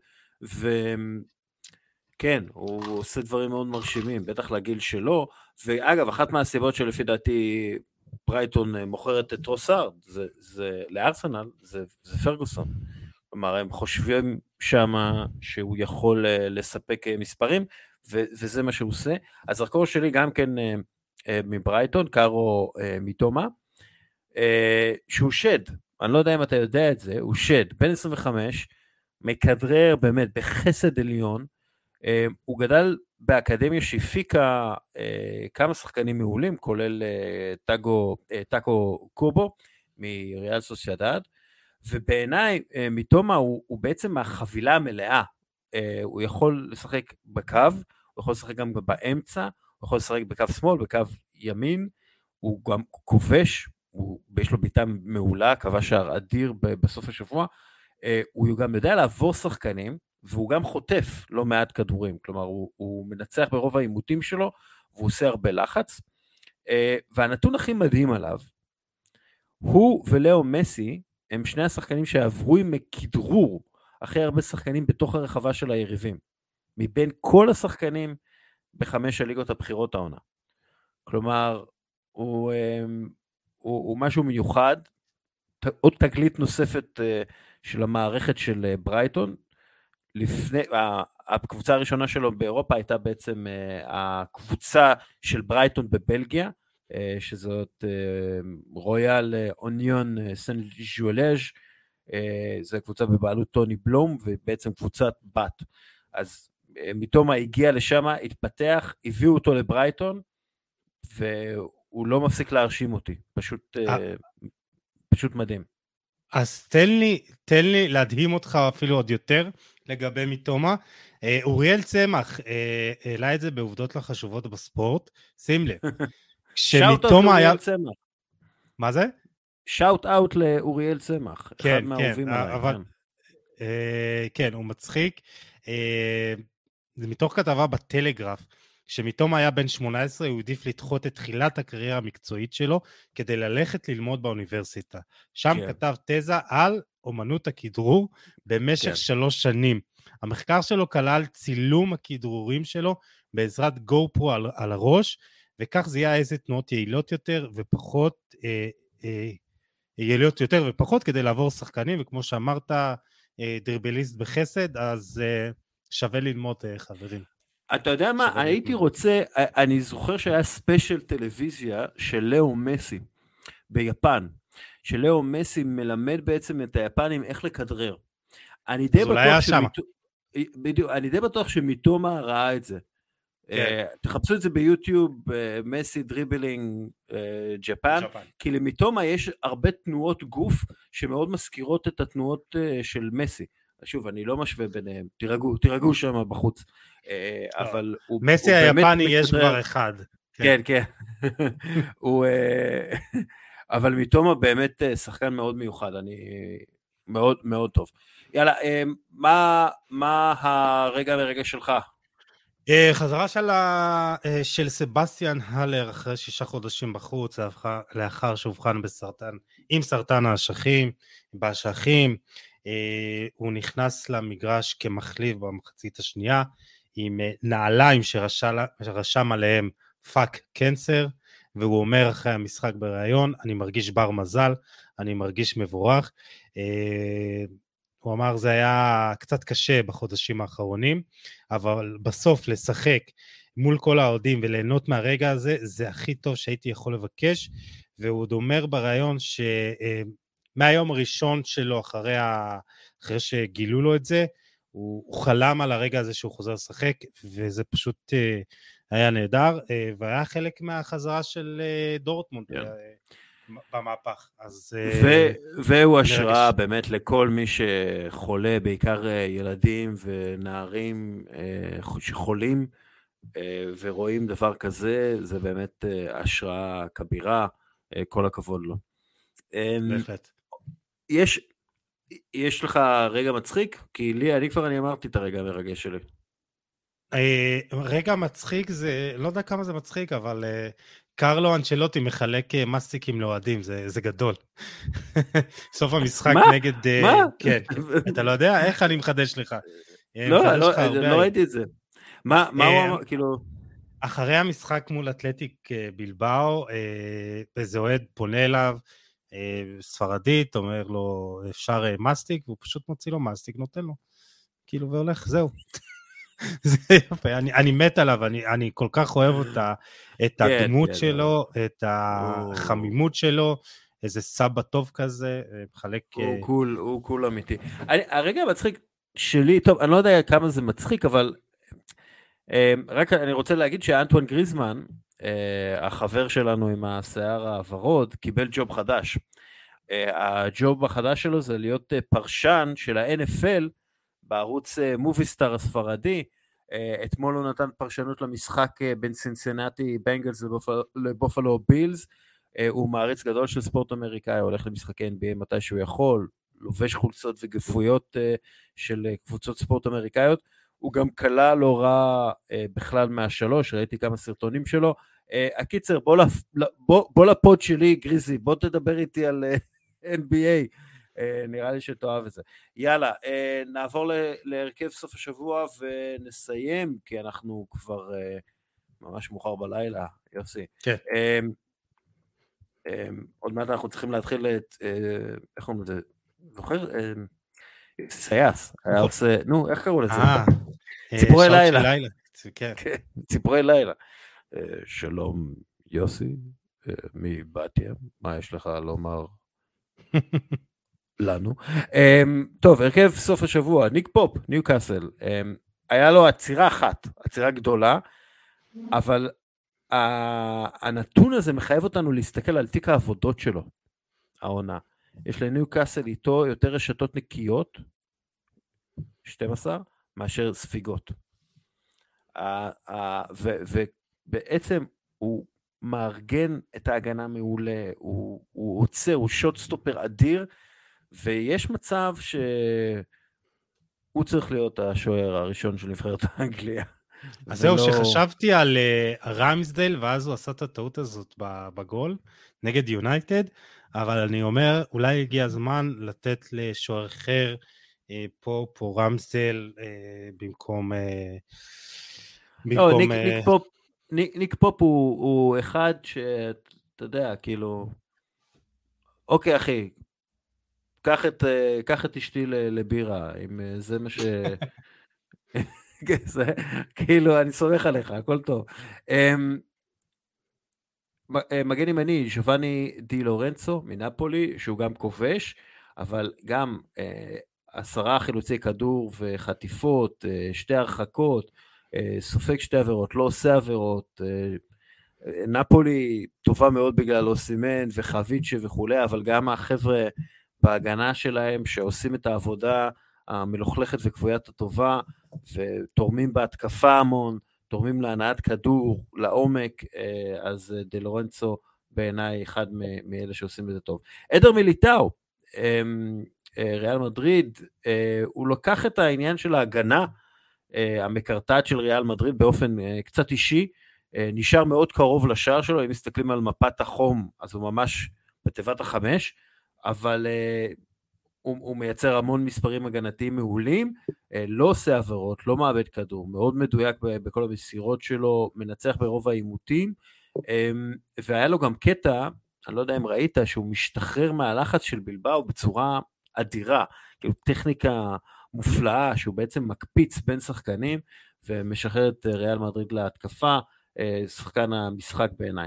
וכן, הוא עושה דברים מאוד מרשימים, בטח לגיל שלו, ואגב, אחת מהסיבות שלפי דעתי ברייטון מוכרת את טרוסארד, זה, זה לארסנל, זה, זה פרגוסון. כלומר, הם חושבים שם שהוא יכול לספק מספרים, ו- וזה מה שהוא עושה. אז הזרקור שלי גם כן מברייטון, קארו מתומה, שהוא שד, אני לא יודע אם אתה יודע את זה, הוא שד, בן עשרים וחמש, מכדרר באמת בחסד עליון, הוא גדל באקדמיה שהפיקה כמה שחקנים מעולים, כולל טאגו, טאקו קובו, מריאל סוסיידד, ובעיניי מתומה הוא, הוא בעצם החבילה המלאה, הוא יכול לשחק בקו, הוא יכול לשחק גם באמצע, הוא יכול לשחק בקו שמאל, בקו ימין, הוא גם כובש, הוא, יש לו ביטה מעולה, כבש שער אדיר בסוף השבוע, הוא גם יודע לעבור שחקנים, והוא גם חוטף לא מעט כדורים, כלומר הוא, הוא מנצח ברוב העימותים שלו, והוא עושה הרבה לחץ, והנתון הכי מדהים עליו, הוא ולאו מסי, הם שני השחקנים שעברו עם כדרור, הכי הרבה שחקנים בתוך הרחבה של היריבים, מבין כל השחקנים בחמש הליגות הבחירות העונה. כלומר, הוא, הוא, הוא משהו מיוחד, עוד תגלית נוספת של המערכת של ברייטון, לפני, הקבוצה הראשונה שלו באירופה הייתה בעצם הקבוצה של ברייטון בבלגיה, שזאת רויאל אוניון סן ז'ואלז', זו קבוצה בבעלות טוני בלום, ובעצם קבוצת בת. אז מתומה הגיע לשם, התפתח, הביאו אותו לברייטון, והוא לא מפסיק להרשים אותי, פשוט, פשוט מדהים. אז תן לי, תן לי להדהים אותך אפילו עוד יותר לגבי מתומה. אוריאל צמח העלה את זה בעובדות לחשובות בספורט, שים לב. כשמתומה היה... צמח. מה זה? שאוט אאוט לאוריאל צמח, כן, אחד מהאהובים כן, עליי. אבל... כן. כן, הוא מצחיק. זה מתוך כתבה בטלגרף, כשמתומה היה בן שמונה עשרה, הוא העדיף לדחות את תחילת הקריירה המקצועית שלו, כדי ללכת ללמוד באוניברסיטה. שם כן. כתב תזה על אומנות הכדרור במשך כן. שלוש שנים. המחקר שלו כלל צילום הכדרורים שלו, בעזרת גו-פרו על, על הראש, וכך זיהה איזה תנועות יעילות יותר ופחות, אה, אה, יעילות יותר ופחות, כדי לעבור שחקנים, וכמו שאמרת, אה, דריבליסט בחסד, אז אה, שווה ללמוד, אה, חברים. אתה יודע מה, הייתי רוצה, אני זוכר שהיה ספיישל טלוויזיה של לאו מסי ביפן, שלאו מסי מלמד בעצם את היפנים איך לכדרר. אני די בטוח שמיתו, בדיוק, אני די בטוח שמתומה ראה את זה. כן. תחפשו את זה ביוטיוב, מסי דריבלינג ג'פן, כי למתומה יש הרבה תנועות גוף שמאוד מזכירות את התנועות של מסי. שוב, אני לא משווה ביניהם, תירגעו, תירגעו שם בחוץ. אבל הוא, מסי הוא היפני יש כבר אחד. כן, כן. הוא, אבל מתומה באמת שחקן מאוד מיוחד, אני מאוד מאוד טוב. יאללה, מה, מה הרגע לרגע שלך? חזרה של, של סבסטיאן הלר אחרי שישה חודשים בחוץ, לאחר שאובחן בסרטן, עם סרטן האשכים, באשכים, הוא נכנס למגרש כמחליף במחצית השנייה, עם נעליים שרשם עליהם פאק קנסר, והוא אומר אחרי המשחק בראיון, אני מרגיש בר מזל, אני מרגיש מבורך. הוא אמר זה היה קצת קשה בחודשים האחרונים, אבל בסוף לשחק מול כל האוהדים וליהנות מהרגע הזה, זה הכי טוב שהייתי יכול לבקש, והוא עוד אומר בראיון שמהיום הראשון שלו אחרי, ה... אחרי שגילו לו את זה, הוא, הוא חלם על הרגע הזה שהוא חוזר לשחק, וזה פשוט היה נהדר, והיה חלק מהחזרה של דורטמונד. Yeah. במהפך, אז... ו- והוא השראה באמת לכל מי שחולה, בעיקר ילדים ונערים שחולים, ורואים דבר כזה, זה באמת השראה כבירה, כל הכבוד לו. בהחלט. יש, יש לך רגע מצחיק? כי לי, אני כבר אני אמרתי את הרגע המרגש שלי. רגע מצחיק זה, לא יודע כמה זה מצחיק, אבל קרלו אנצ'לוטי מחלק מסטיקים לאוהדים, זה גדול. סוף המשחק נגד... מה? כן, אתה לא יודע? איך אני מחדש לך? לא, לא ראיתי את זה. מה הוא אמר? כאילו... אחרי המשחק מול אתלטיק בלבאו, איזה אוהד פונה אליו, ספרדית, אומר לו, אפשר מסטיק, והוא פשוט מוציא לו מסטיק, נותן לו. כאילו, והולך, זהו. זה יפה, אני, אני מת עליו, אני, אני כל כך אוהב אותה, את הדמות שלו, את החמימות שלו, איזה סבא טוב כזה, מחלק... הוא קול, הוא קול אמיתי. הרגע המצחיק שלי, טוב, אני לא יודע כמה זה מצחיק, אבל רק אני רוצה להגיד שאנטואן גריזמן, החבר שלנו עם השיער הוורוד, קיבל ג'וב חדש. הג'וב החדש שלו זה להיות פרשן של ה-אן אף אל, בערוץ מוביסטאר הספרדי. אתמול הוא נתן פרשנות למשחק בין סינסינטי בנגלס לבופלו בילס. הוא מעריץ גדול של ספורט אמריקאי, הולך למשחקי אן בי איי מתי שהוא יכול, לובש חולצות וגפויות של קבוצות ספורט אמריקאיות. הוא גם קלה לא רע בכלל מהשלוש, ראיתי כמה סרטונים שלו. הקיצר, בוא, בוא, בוא לפוד שלי, גריזי, בוא תדבר איתי על אן בי איי. נראה לי שתאהב את זה. יאללה, נעבור להרכב סוף השבוע ונסיים, כי אנחנו כבר ממש מאוחר בלילה, יוסי. כן. עוד מעט אנחנו צריכים להתחיל את, איך אומרים את זה? זוכר? סייס, היה עושה, נו, איך קראו לזה? ציפורי לילה. ציפורי לילה. שלום, יוסי, מבתיה, מה יש לך לומר? לנו. טוב, הרכב סוף השבוע, ניק פופ, ניוקאסל, היה לו עצירה אחת, עצירה גדולה, אבל הנתון הזה מחייב אותנו להסתכל על תיק העבודות שלו, העונה. יש לניוקאסל איתו יותר רשתות נקיות, שתים עשרה, מאשר ספיגות. ובעצם הוא מארגן את ההגנה מעולה, הוא עוצר, הוא שוט סטופר אדיר, ויש מצב שהוא צריך להיות השוער הראשון של נבחרת האנגליה. אז זהו, שחשבתי על רמסדייל, ואז הוא עשה את הטעות הזאת בגול, נגד יונייטד, אבל אני אומר, אולי הגיע הזמן לתת לשוער אחר, פופ או רמסדייל, במקום... לא, ניק פופ הוא אחד שאתה יודע, כאילו... אוקיי, אחי, קח את, קח את אשתי לבירה, אם זה מה ש... זה, כאילו, אני סומך עליך, הכל טוב. מגן ימני, ז'ובאני די לורנצו, מנפולי, שהוא גם כובש, אבל גם עשרה חילוצי כדור וחטיפות, שתי הרחקות, סופג שתי עבירות, לא עושה עבירות, נפולי טובה מאוד בגלל אוסימן וחביצ'ה וכולי, אבל גם החבר'ה בהגנה שלהם שעושים את העבודה המלוכלכת וקבוית הטובה, ותורמים בהתקפה המון, תורמים להנעת כדור, לעומק, אז די לורנצו בעיניי אחד מאלה שעושים את זה טוב. אדר מיליטאו, ריאל מדריד, הוא לוקח את העניין של ההגנה, המקרטעת של ריאל מדריד באופן קצת אישי, נשאר מאוד קרוב לשער שלו, אם מסתכלים על מפת החום, אז הוא ממש בתיבת החמש, אבל הוא, הוא מייצר המון מספרים הגנתיים מעולים, לא עושה עבירות, לא מאבד כדור, מאוד מדויק בכל המסירות שלו, מנצח ברוב האימותים, והיה לו גם קטע, אני לא יודע אם ראית, שהוא משתחרר מהלחץ של בלבאו בצורה אדירה, כאילו טכניקה מופלאה, שהוא בעצם מקפיץ בין שחקנים, ומשחרר את ריאל מדריד להתקפה, שחקן המשחק בעיניי.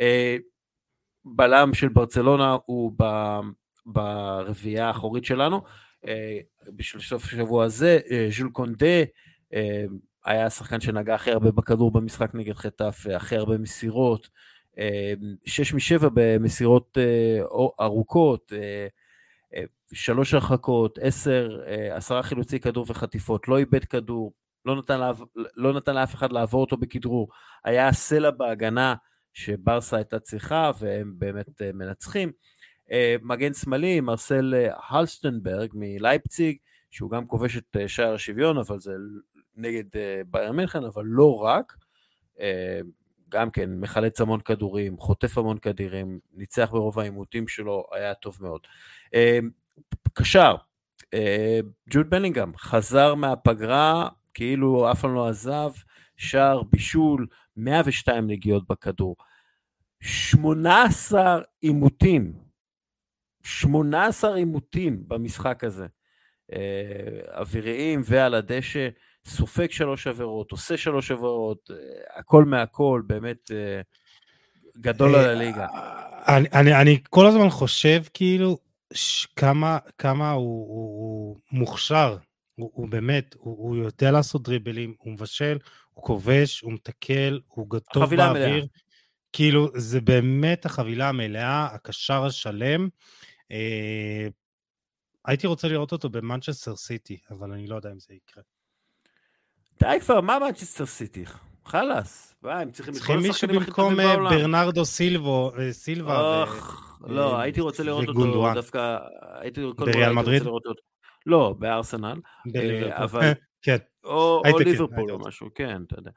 בלם של ברצלונה הוא ברביעייה האחורית שלנו, בשביל סוף השבוע הזה, ז'ול קונדה, היה השחקן שנגע הכי הרבה בכדור במשחק נגד חטף, הכי הרבה מסירות, שש משבע במסירות ארוכות, שלוש הרחקות, עשר, עשרה חילוצי כדור וחטיפות, לא איבד כדור, לא נתן, לה, לא נתן לאף אחד לעבור אותו בכדרור, היה סלע בהגנה שברסה הייתה צריכה, והם באמת מנצחים. מגן שמאלי, מרסל הלסטנברג מלייפציג, שהוא גם כובש את שער השוויון, אבל זה נגד ביירן מינכן, אבל לא רק, גם כן מחלץ המון כדורים, חוטף המון כדורים, ניצח ברוב האימותים שלו, היה טוב מאוד. קשר, ג'וד בלינגהאם, חזר מהפגרה, כאילו אף פעם לא עזב, שער, בישול, מאה ושתיים נגיעות בכדור, שמונה עשר אימותים, שמונה עשר אימותים במשחק הזה, אוויריים ועל הדשא, סופק שלוש עבירות, עושה שלוש עבירות, הכל מהכל, באמת גדול על הליגה. אני, אני, אני כל הזמן חושב כאילו כמה, כמה הוא, הוא, הוא מוכשר, הוא, הוא באמת, הוא, הוא יודע לעשות דריבלים, הוא מבשל, הוא כובש, הוא מתקל, הוא טוב באוויר, מלאה. כאילו זה באמת החבילה המלאה, הקשר השלם, אה, הייתי רוצה לראות אותו במנצ'סטר סיטי, אבל אני לא יודע אם זה יקרה. די כבר, מה מנצ'סטר סיטי? חלאס, הם צריכים צריכים מישהו במקום ברנרדו סילבו, סילבה. לא, הייתי רוצה לראות אותו דווקא, בריאל מדריד? לא, בארסנל, אבל, או ליברפול או משהו, כן, אתה יודע.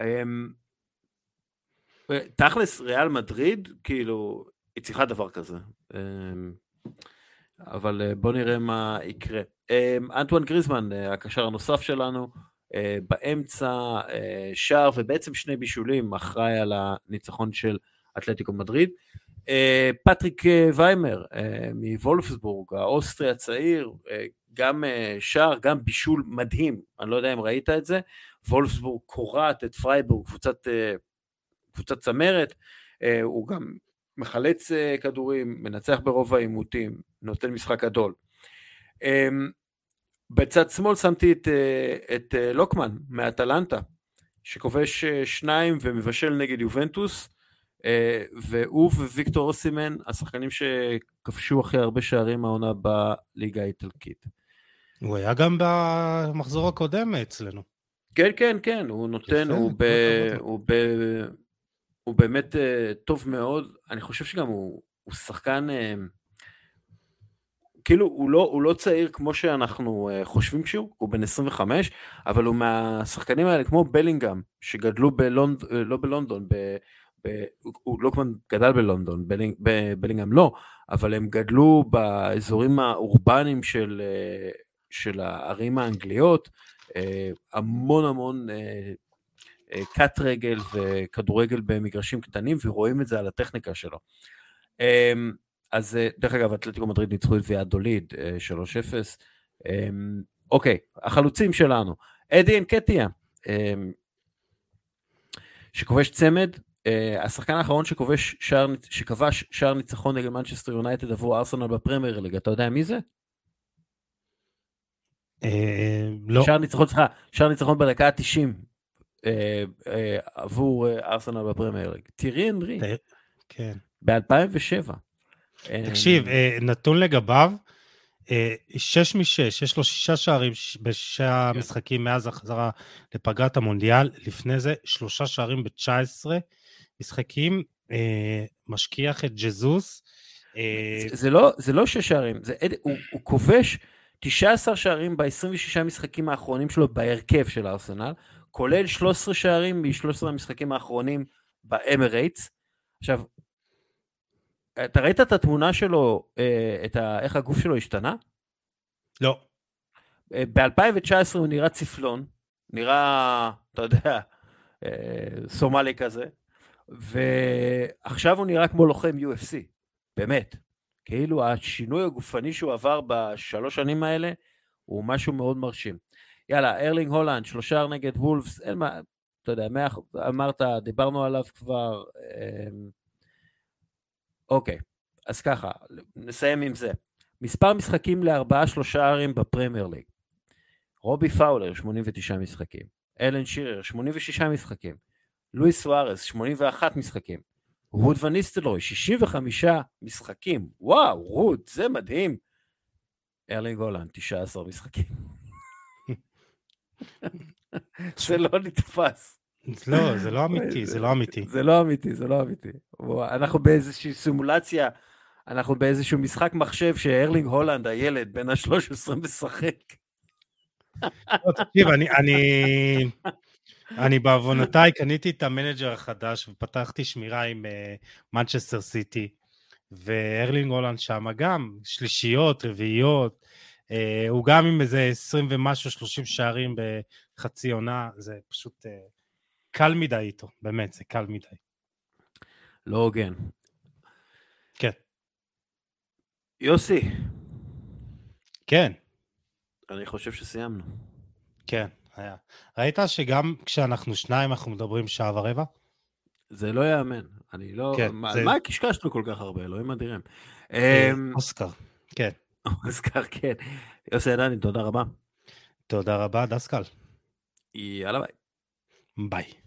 תכלס, ריאל מדריד, כאילו, היא צריכה דבר כזה. אבל בוא נראה מה יקרה. אנטואן גריזמן, הקשר הנוסף שלנו, באמצע שער ובעצם שני בישולים, אחראי על הניצחון של אתלטיקו מדריד. פטריק ויימר מוולפסבורג, האוסטרי הצעיר, גם שער, גם בישול מדהים, אני לא יודע אם ראית את זה, וולפסבורג קוראת את פרייבורג, קבוצת, קבוצת צמרת, הוא גם מחלץ כדורים, מנצח ברוב האימותים, נותן משחק גדול. בצד שמאל שמתי את, את לוקמן מאטלנטה, שכובש שניים ומבשל נגד יובנטוס, והוא וויקטור אוסימן, השחקנים שכבשו הכי הרבה שערים העונה בליגה האיטלקית. הוא היה גם במחזור הקודם אצלנו. כן, כן, כן, הוא נותן, הוא, ב, הוא, ב, הוא באמת טוב מאוד, אני חושב שגם הוא, הוא שחקן, כאילו הוא לא, הוא לא צעיר כמו שאנחנו חושבים שהוא, הוא בן עשרים וחמש, אבל הוא מהשחקנים האלה כמו בלינגהאם, שגדלו בלונדון, לא בלונדון, ב, ב, הוא לא כמו גדל בלונדון, בלינג, בלינגהאם לא, אבל הם גדלו באזורים האורבניים של, של הערים האנגליות, המון המון קט רגל וכדורגל במגרשים קטנים, ורואים את זה על הטכניקה שלו. אז דרך אגב, אתלטיקו מדריד ניצחו את ויאדוליד שלוש אפס. אוקיי, החלוצים שלנו, אדי אנקטיה, שכובש צמד, השחקן האחרון שכובש שער, שכבש שער ניצחון נגד מנצ'סטר יונייטד עבור ארסנל בפרמייר ליג, אתה יודע מי זה? לא. שער ניצחון, סליחה, שער ניצחון בדקה ה-תשעים עבור ארסנל בפרמייר ליג. טירי אנרי. כן. ב-אלפיים ושבע. תקשיב, נתון לגביו, שש משש, יש לו שישה שערים בשישה משחקים מאז החזרה לפגרת המונדיאל, לפני זה שלושה שערים ב-תשע עשרה משחקים, משכיח את ג'זוס. זה לא שש שערים, הוא כובש תשעה עשר שערים ב-עשרים ושישה משחקים האחרונים שלו בהרכב של ארסנל, כולל שלושה עשר שערים ב-שלושת עשרה המשחקים האחרונים באמרייטס. עכשיו, אתה ראית את התמונה שלו, את ה, איך הגוף שלו השתנה? לא. ב-אלפיים ותשע עשרה הוא נראה צפלון, נראה, אתה יודע, סומלי כזה, ועכשיו הוא נראה כמו לוחם יו אף סי, באמת. כאילו השינוי הגופני שהוא עבר בשלוש שנים האלה, הוא משהו מאוד מרשים. יאללה, ארלינג הולנד, שלושה נגד וולפס, אין מה, אתה יודע, מה, אמרת, דיברנו עליו כבר, אוקיי, אז ככה, נסיים עם זה. מספר משחקים לארבעה שלושה ערים בפרמייר ליג. רובי פאולר, שמונים ותשעה משחקים. אלן שירר, שמונים ושישה משחקים. לואיס סוארס, שמונים ואחד משחקים. רוד ון ניסטלרוי, שישים וחמישה משחקים. וואו, רוד, זה מדהים. ארלינג הולנד, תשעה עשר משחקים. זה לא נתפס. לא, זה לא אמיתי, זה לא אמיתי. זה לא אמיתי, זה לא אמיתי. אנחנו באיזושהי סימולציה אנחנו באיזשהו משחק מחשב שארלינג הולנד, הילד, בן ה-שלוש עשרה משחק. לא, תקשיב, אני, אני, אני בעוונותיי קניתי את המנג'ר החדש, ופתחתי שמירה עם מנצ'סטר סיטי, וארלינג הולנד שם גם, שלישיות, רביעיות, uh, הוא גם עם איזה עשרים ומשהו, שלושים שערים בחצי עונה, זה פשוט uh, קל מדי איתו, באמת, זה קל מדי. לא הוגן. כן. יוסי. כן. אני חושב שסיימנו. כן, היה. ראית שגם כשאנחנו שניים אנחנו מדברים שעה ורבע? זה לא יאמן. אני לא... כן, מה, זה... מה קשקשנו כל כך הרבה? אלוהים אדירים. אוסקר, כן. אוסקר, כן. יוסי עדני, תודה רבה. תודה רבה, דסקל. יאללה ביי. ביי.